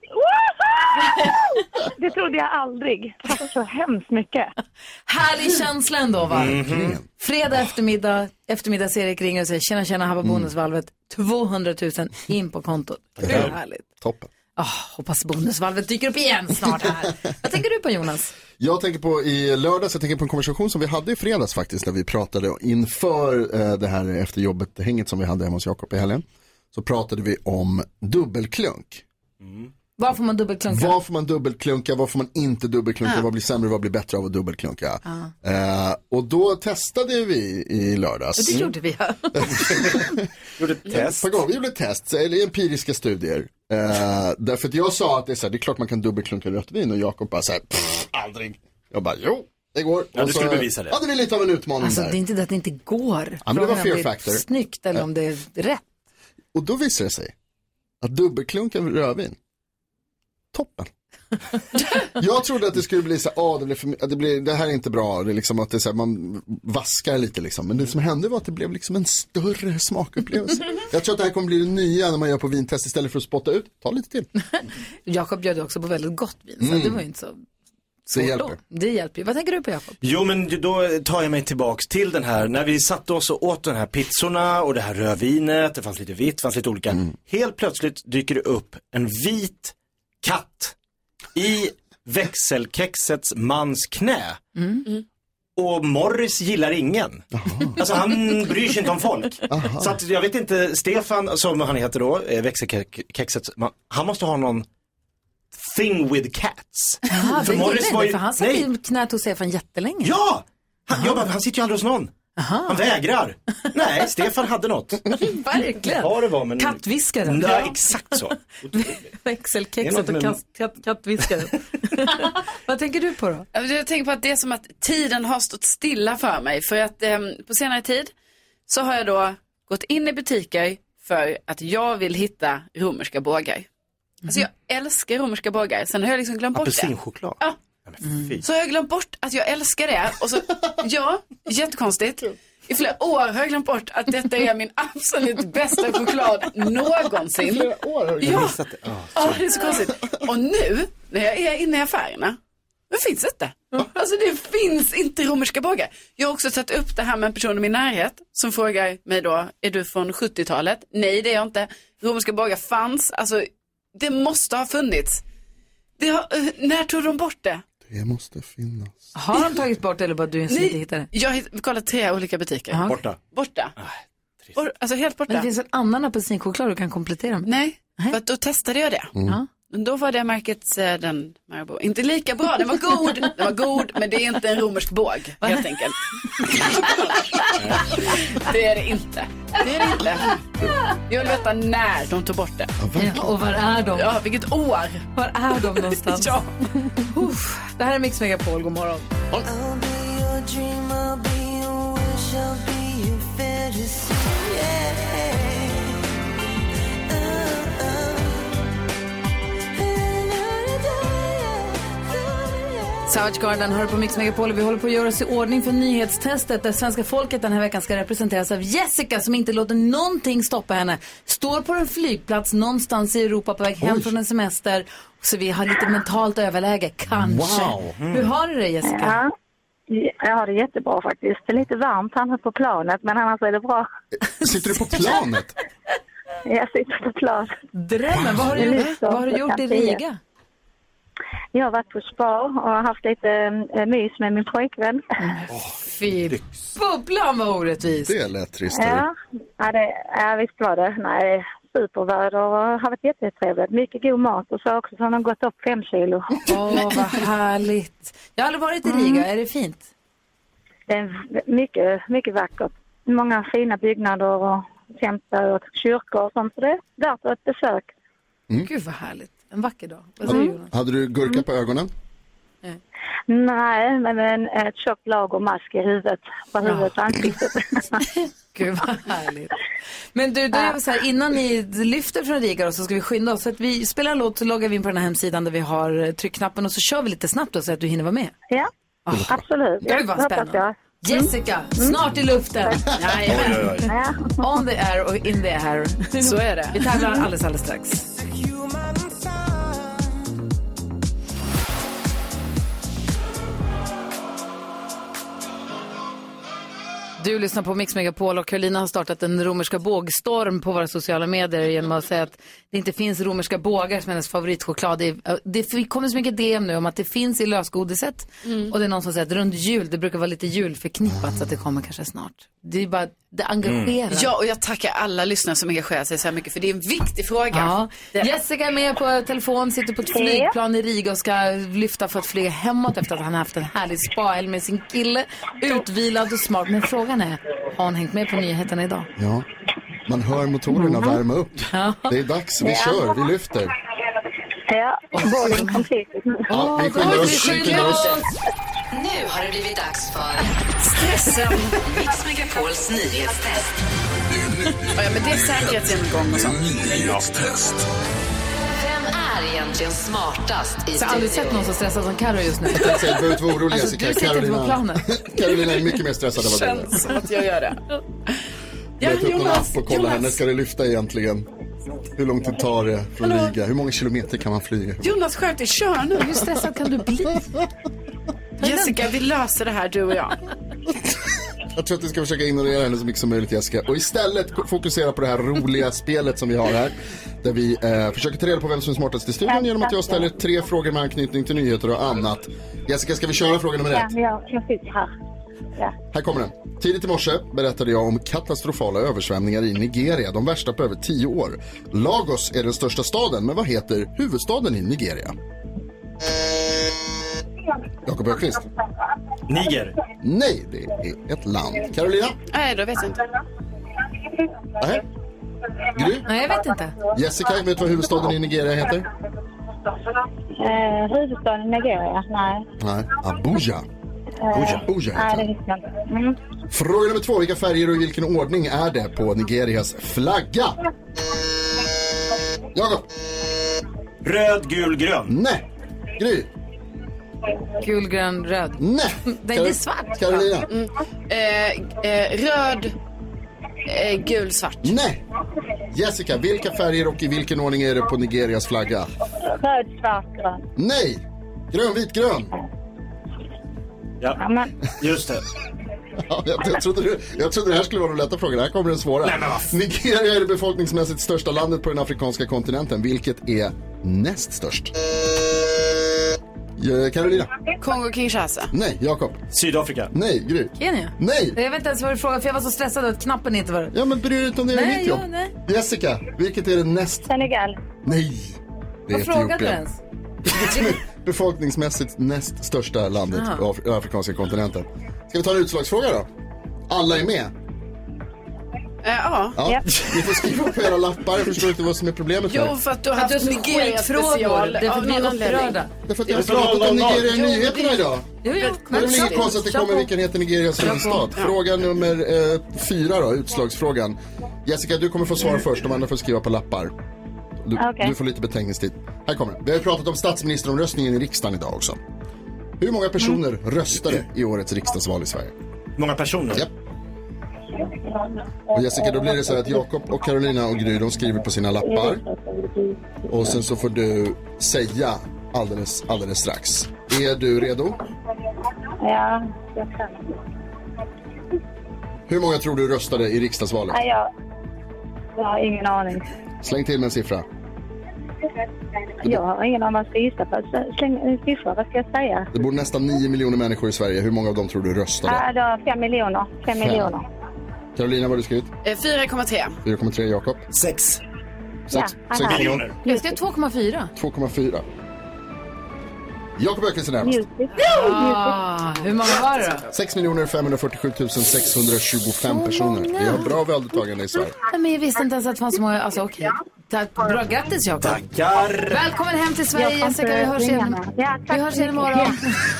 Det trodde jag aldrig. Det var så hemskt mycket. Härlig känsla ändå, va? Mm. Fredag eftermiddag, eftermiddags-Erik ringer och säger tjena, tjena, här var bonusvalvet. tvåhundratusen in på kontot. Det är härligt. Toppen. Oh, hoppas bonusvalvet dyker upp igen snart här. Vad tänker du på, Jonas? Jag tänker på i lördags, jag tänker på en konversation som vi hade i fredags faktiskt, när vi pratade inför eh, det här efter jobbet-hänget som vi hade hemma hos Jakob i helgen. Så pratade vi om dubbelklunk. Mm. Var får man dubbelklunka? Var får man dubbelklunka, var får man inte dubbelklunka, Ah. vad blir sämre, vad blir bättre av att dubbelklunka. Ah. Eh, och då testade vi i lördags. Det gjorde vi, ja. Gjorde ett test. På gång, vi gjorde ett test, eller empiriska studier. Eh, därför att jag sa att det är, så här, det är klart man kan dubbelklunka rött vin och Jakob bara såhär, aldrig. Jag bara, jo, det går. Ja, och du så skulle bevisa det. hade vi lite av en utmaning Alltså där. det är inte det att det inte går. Ja, men det var Frågan är fear om det är factor. snyggt eller om det är rätt. Och då visade det sig att dubbelklunka rödvin, toppen. Jag trodde att det skulle bli så här, ah, det, blir för, det, blir, det här är inte bra, det är liksom att det är så här, man vaskar lite liksom. Men det som hände var att det blev liksom en större smakupplevelse. Jag tror att det här kommer bli det nya när man gör på vintest istället för att spotta ut, ta lite till. Jakob bjöd också på väldigt gott vin, så Mm. det var ju inte så Det svårt hjälper. då. Det hjälper ju. Vad tänker du på, Jakob? Jo, men då tar jag mig tillbaks till den här, när vi satt oss och åt den här pizzorna och det här rödvinet, det fanns lite vitt, det fanns lite olika. Mm. Helt plötsligt dyker det upp en vit katt i växelkexets mans knä. Mm. Och Morris gillar ingen. Alltså han bryr sig inte om folk. Aha. Så att jag vet inte, Stefan som han heter då, eh, växelkexets man, han måste ha någon thing with cats. Ja, för det Morris var ju, för han satt nej, i knät hos Stefan jättelänge. ja! Han, jag bara, han sitter ju aldrig hos någon. Aha. Han vägrar. Nej, Stefan hade något. Verkligen. Ja, det var, men... Kattviskaren. Ja, exakt så. Växelkexet och katt, katt, kattviskaren. Vad tänker du på då? Jag tänker på att det är som att tiden har stått stilla för mig. För att eh, på senare tid så har jag då gått in i butiker för att jag vill hitta romerska bågar. Mm. Alltså jag älskar romerska bågar. Sen har jag liksom glömt bort det. Apelsinchoklad. Ja. Mm. Så har jag glömt bort att jag älskar det. Och så, ja, jättekonstigt. I flera år har jag glömt bort att detta är min absolut bästa choklad någonsin. I flera år har du Ja, missat det. Oh, ja, det är så konstigt. Och nu, när jag är inne i affärerna, det finns inte. Alltså det finns inte romerska bågar. Jag har också tagit upp det här med en person i min närhet som frågar mig då, är du från sjuttiotalet? Nej, det är jag inte. Romerska bågar fanns, alltså det måste ha funnits. Det har, uh, när tog de bort det? Det måste finnas. Har de tagit bort det eller bara du inte hittar det? Jag har kollat tre olika butiker. Aha. Borta. Borta. Och, alltså helt borta. Men det finns en annan apelsinchoklad du kan komplettera med. Nej, för att då testade jag det. Mm. Ja. Då var det märkets eh, den Marabou. Inte lika bra, den var god. Den var god, men det är inte en romersk båg, helt enkelt. Det är det inte. Det är det inte. Jag vill veta när de tog bort det. Ja, och var är de? Ja, vilket år. Var är de någonstans? Ja. Uff, det här är Mix Megapol, god morgon. Savage Garden hör på Mix Megapol och vi håller på att göra oss i ordning för nyhetstestet där svenska folket den här veckan ska representeras av Jessica som inte låter någonting stoppa henne. Står på en flygplats någonstans i Europa på väg hem Oj. från en semester så vi har lite mentalt överläge, kanske. Wow. Mm. Hur har du det, Jessica? Ja, jag har det jättebra faktiskt. Det är lite varmt här på planet men annars är det bra. Sitter du på planet? Jag sitter på planet. Drömmen, vad har du gjort, vad har du gjort i Riga? Jag har varit på spa och haft lite äh, mys med min pojkvän. Oh, fy bubblan var orättvis. Det är lätt trist. Ja, ja, det, ja, visst var det. Nej, superväder och har varit jättetrevligt. Mycket god mat och så också så har de gått upp fem kilo. Åh, oh, vad härligt. Jag har aldrig varit i Riga, mm. är det fint? Det är mycket, mycket vackert. Många fina byggnader och tempel och kyrkor och sånt. Så det är värt ett besök. Mm. Gud vad härligt. En vacker dag. Vad säger mm. Hade du gurka mm. på ögonen? Mm. Nej, men en, ett tjockt lag och mask i huvudet. På huvudet och ansiktet. Gud vad härligt. Men du, då är det så här, innan ni lyfter från Riga så ska vi skynda oss. Så att vi spelar en låt så loggar vi in på den här hemsidan där vi har tryckknappen och så kör vi lite snabbt då, så att du hinner vara med. Ja, oh. absolut. Gud vad spännande. Jag. Jessica, mm. snart i luften. Nej, oj, oj, oj. On the air och in the air. Så är det. Vi tävlar alldeles, alldeles strax. Du lyssnar på Mix Megapol och Carolina har startat en romerska bågstorm på våra sociala medier genom att säga att det inte finns romerska bågar som hennes favoritchoklad. Det, det kommer så mycket D M nu om att det finns i lösgodiset mm. och det är någon som säger att runt jul, det brukar vara lite julförknippat så att det kommer kanske snart. Det är bara, det engagerar. Mm. Ja, och jag tackar alla lyssnare som engagerar sig så här mycket för det är en viktig fråga. Ja. Det... Jessica är med på telefon, sitter på ett flygplan i Riga och ska lyfta för att flyga hemåt efter att han har haft en härlig spa med sin kille, utvilad och smart. Men frågan är, har han hängt med på nyheterna idag? Ja, man hör motorerna mm. värma upp. Ja. Det är dags, vi kör, vi lyfter. Ja, bollen kom till. Ja, vi skyndar oss, vi skyndar oss. Nu har det blivit dags för stressen. Mix Megapols nyhetstest. Ja, men det är säkerhetsgenomgång och sånt. Nyhetstest. Vem är egentligen smartast i studion? Jag har aldrig sett någon så stressad som Karo just nu. Jag behöver inte vara orolig, alltså, Jessica. Du sitter på planet. Carolina är mycket mer stressad än vad du är. Känns som att jag gör det. Jag har tagit upp någon app och kolla här. När ska det lyfta egentligen? Hur lång tid tar det från Hallå? Riga? Hur många kilometer kan man flyga? Jonas, skärp dig, kör nu. Hur stressad kan du bli? Jessica, vi löser det här, du och jag. Jag tror att du ska försöka ignorera henne så mycket som möjligt, Jessica. Och istället fokusera på det här roliga spelet som vi har här. Där vi eh, försöker ta reda på vem som är smartast i studion genom att jag ställer tre frågor med anknytning till nyheter och annat. Jessica, ska vi köra fråga nummer ett? Ja, jag sitter här. Ja. Här kommer den. Tidigt i morse berättade jag om katastrofala översvämningar i Nigeria, de värsta på över tio år. Lagos är den största staden, men vad heter huvudstaden i Nigeria? Jakob Öqvist. Niger. Nej, det är ett land. Carolina? Nej, då vet jag inte. Nej. Gry? Nej, jag vet inte. Jessica, vet du vad huvudstaden i Nigeria heter? Eh, huvudstaden i Nigeria? Nej. Nej, Abuja. Abuja, Abuja Nej, det visste jag inte. Mm. Fråga nummer två. Vilka färger och i vilken ordning är det på Nigerias flagga? Jakob. Röd, gul, grön. Nej. Gry. Gul, grön, röd. Nej. Det är svart. Carolina. Mm. Eh, eh, röd, eh, gul, svart. Nej. Jessica, vilka färger och i vilken ordning är det på Nigerias flagga? Röd, svart, grön. Nej. Grön, vit, grön. Ja, just det. Ja, jag, jag, trodde det, jag trodde det här skulle vara de lätta frågorna. Här kommer den svåra. Nej, Nigeria är det befolkningsmässigt största landet på den afrikanska kontinenten. Vilket är näst störst? Ja, Carolina. Kongo-Kinshasa. Nej, Jakob. Sydafrika. Nej, Gry. Kenya. Nej. Jag vet inte ens vad du frågade för jag var så stressad att knappen inte var... Ja, men bryr dig inte om det, är mitt jobb. Ja, nej. Jessica, vilket är det näst... Senegal. Nej. Det är Vad frågade du Etiopien. ens? Befolkningsmässigt näst största landet Aha. på Af- afrikanska kontinenten. Ska vi ta en utslagsfråga då? Alla är med. Äh, ja. Ja. Ni får skriva på era lappar. Jag förstår inte vad som är problemet här. Jo, för att du har Att du haft har så Nigeria skitfrågor. special. Det är för av att bli någon anledning. upprörda. Därför att jag har pratat om Nigeria i nyheterna idag. Jo, jo. Det är väl inget konstigt att det kommer vilken heter Nigeria som en stad. Fråga nummer eh, fyra då, utslagsfrågan. Jessica, du kommer få svara först. De andra får skriva på lappar. Du, Okej. du får lite betänkningstid. Här kommer det. Vi har ju pratat om statsministeromröstningen i riksdagen idag också. Hur många personer röstade i årets riksdagsval i Sverige? Många personer? Ja. Och Jessica, då blir det så här att Jakob och Carolina och Gry, de skriver på sina lappar. Och sen så får du säga alldeles, alldeles strax. Är du redo? Ja, jag kan. Hur många tror du röstade i riksdagsvalet? Nej, jag, jag har ingen aning. Släng till med en siffra. Jag har ingen aning vad jag ska gissa på. Släng en siffra, vad ska jag säga? Det bor nästan nio miljoner människor i Sverige. Hur många av dem tror du röstade? Ja, då fem miljoner. Fem miljoner. Carolina, vad har du skrivit? Eh, fyra komma tre. fyra komma tre, Jakob? Sex. Sex. Ja, Sex aha. miljoner. Jag skrev två komma fyra. två komma fyra. Jakob Öqvist är närmast. Ah, hur många var det då? sex miljoner femhundrafyrtiosju tusen sexhundratjugofem personer. Vi har bra valdeltagande i Sverige. Nej, men jag visste inte ens att det fanns så många. Alltså okej. Tack. Bra, grattis Jakob. Tackar. Välkommen hem till Sverige Jag Jessica. Vi hörs igen. Ja, Vi hörs igen imorgon.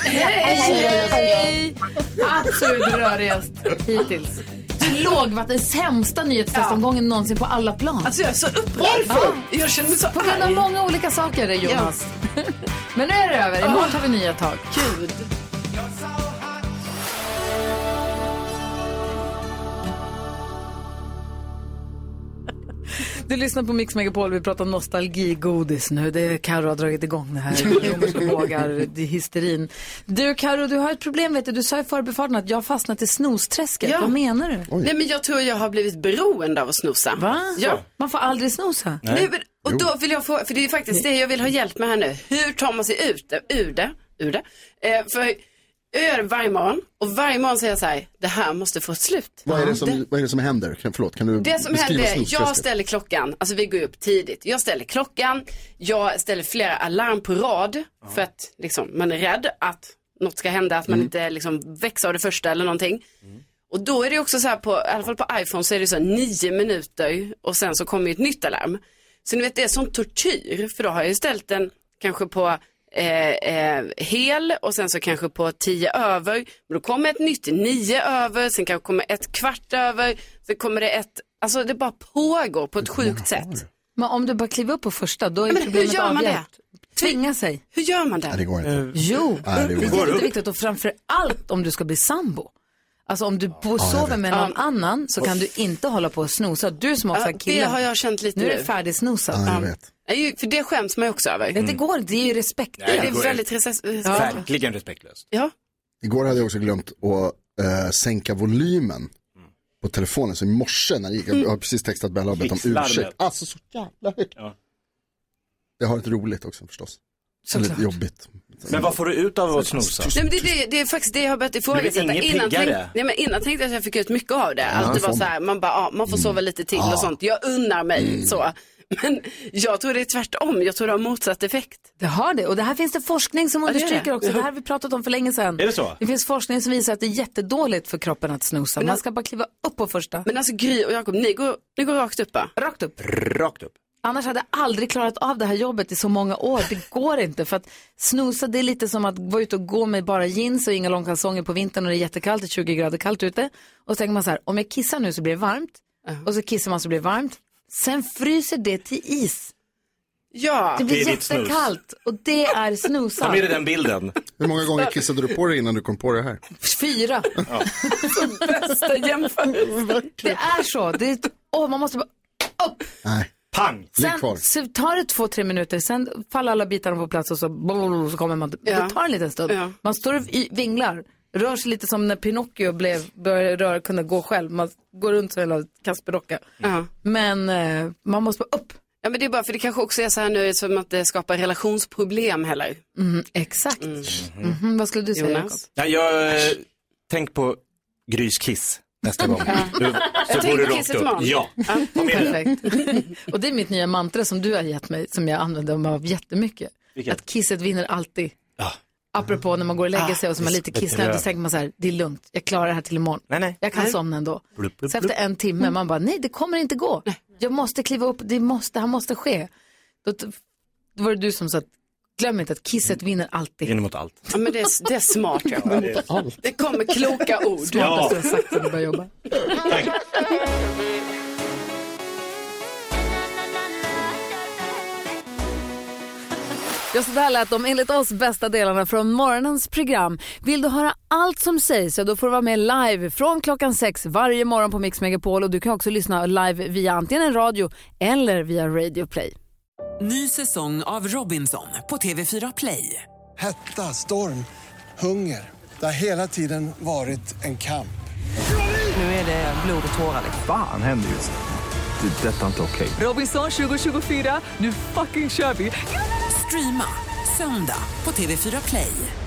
Hej! Absolut rörigast hittills. Lågvatten, den sämsta nyhetstestomgången någonsin på alla plan. Alltså jag är så upprörd. Ja. Jag känner mig så På grund av arg. många olika saker, Jonas. Men nu är det över. Imorgon tar vi nya tag. Gud. Du lyssnar på Mix Megapol, vi pratar nostalgigodis nu. Det är Karo har dragit igång det här. Romerska vågar, det är hysterin. Du Karo, du har ett problem, vet du. Du sa i förbifarten att jag har fastnat i snosträsket. Ja. Vad menar du? Nej, men jag tror jag har blivit beroende av att snosa. Va? Ja. Man får aldrig snosa. Nej. Nej, men, och då vill jag få, för det är faktiskt det jag vill ha hjälp med här nu. Hur tar man sig ut det, ur det? Ur det? Eh, för jag gör det varje morgon och varje morgon säger jag så här, det här måste få ett slut. Vad är det som, vad är det som händer? Kan, förlåt, kan du Det som beskriva händer är, jag snosträsket? ställer klockan, alltså vi går upp tidigt. Jag ställer klockan, jag ställer flera alarm på rad för att liksom, man är rädd att något ska hända, att man Mm. inte liksom växer av det första eller någonting. Och då är det också så här, på, i alla fall på iPhone så är det så här nio minuter och sen så kommer ju ett nytt alarm. Så ni vet, det är sån tortyr, för då har jag ju ställt den kanske på eh, eh, hel och sen så kanske på tio över. Men då kommer ett nytt nio över, sen kanske kommer ett kvart över, sen kommer det ett, alltså det bara pågår på ett sjukt sätt. Men om du bara kliver upp på första, då är Men hur problemet gör man avhjälpt. Tvinga sig. Hur gör man det? Nej, det går inte. Jo, Nej, det det går är inte. jätteviktigt och framför allt om du ska bli sambo. Alltså om du bo- sover med någon annan så kan du inte hålla på och snosa. Du som också Ja, är kille. det har jag känt lite nu. nu. är det färdigsnosat. Ja, jag vet. Nej, för det skäms man ju också över. Det går inte, det är ju respekt. Nej, Det är går väldigt respektlöst. Verkligen respektlöst. Ja. Igår hade jag också glömt att äh, sänka volymen på telefonen. Så i morse när jag gick, jag har precis textat Bella och bett om Rikslarmet. ursäkt. Alltså så jävla högt. Ja. Jag har ett roligt också förstås. Så lite jobbigt. Men vad får du ut av att snosa? Nej, men det, det, det är faktiskt det jag har börjat ifrågasätta. ingen Innan, piggare. tänk, nej, men innan tänkte jag att jag fick ut mycket av det. Allt det var får så här, man bara, ja, man får sova lite till och sånt. Jag unnar mig så. Men jag tror det är tvärtom. Jag tror det har motsatt effekt. Det har det. Och det här finns det forskning som det är understryker det. också. Det här har vi pratat om för länge sedan. Är det så? Det finns forskning som visar att det är jättedåligt för kroppen att snosa. Man ska bara kliva upp på första. Men alltså Gry och Jakob, ni går, ni går rakt upp va? Rakt upp. Rakt upp. Annars hade jag aldrig klarat av det här jobbet i så många år. Det går inte, för att snosa, det är lite som att vara ute och gå med bara jeans och inga långkalsonger på vintern och det är jättekallt, det är tjugo grader kallt ute. Och så tänker man så här, om jag kissar nu så blir det varmt. Och så kissar man så blir det varmt. Sen fryser det till is. Ja. Det blir Det är ditt snus. jättekallt och det är snosa. Ta med dig den bilden. Hur många gånger kissade du på dig innan du kom på det här? Fyra. Bästa jämförelse. Det är så. Det är, åh, man måste bara upp. Nej. Pang! Ligg kvar. Sen så tar det två, tre minuter, sen faller alla bitarna på plats och så, blablabla, så kommer man. Ja. Det tar en liten stund. Ja. Man står och y- vinglar, rör sig lite som när Pinocchio blev, började röra, kunna gå själv. Man går runt som en kassperdocka. Ja. Men eh, man måste bara upp. Ja, men det är bara för det kanske också är så här nu som att det skapar relationsproblem heller. Mm, exakt. Mm. Mm-hmm. Vad skulle du säga, Jakob? Ja, jag eh, tänk på Grys kiss nästa gång. Du, så jag går du kiss rakt upp. Ja. Ja. Perfekt. Och det är mitt nya mantra som du har gett mig, som jag använder mig av jättemycket. Vilket? Att kisset vinner alltid. Ja. Apropå när man går och lägger sig och så man lite kissnödig, så tänker man så här, det är lugnt, jag klarar det här till imorgon. Nej, nej. Jag kan nej. somna ändå. Blup, blup, så efter en timme, man bara, nej det kommer inte gå. Jag måste kliva upp, det måste, här måste ske. Då, då var det du som sa, glöm inte att kisset vinner alltid. Vinner mot allt. Ja, men det är, det är smart. Ja. det, det kommer kloka ord. Smartast ja. Du har sagt när du börjar jobba. Tack. Ja, så där lät de enligt oss bästa delarna från morgonens program. Vill du höra allt som sägs så då får du vara med live från klockan sex varje morgon på Mix Megapol. Och du kan också lyssna live via antingen en radio eller via Radio Play. Ny säsong av Robinson på T V fyra Play. Hetta, storm, hunger. Det har hela tiden varit en kamp. Nu är det blod och tårar. Fan händer just det. Det är detta inte okej. Robinson tjugo tjugofyra, nu fucking kör vi. Streama söndag på T V fyra Play.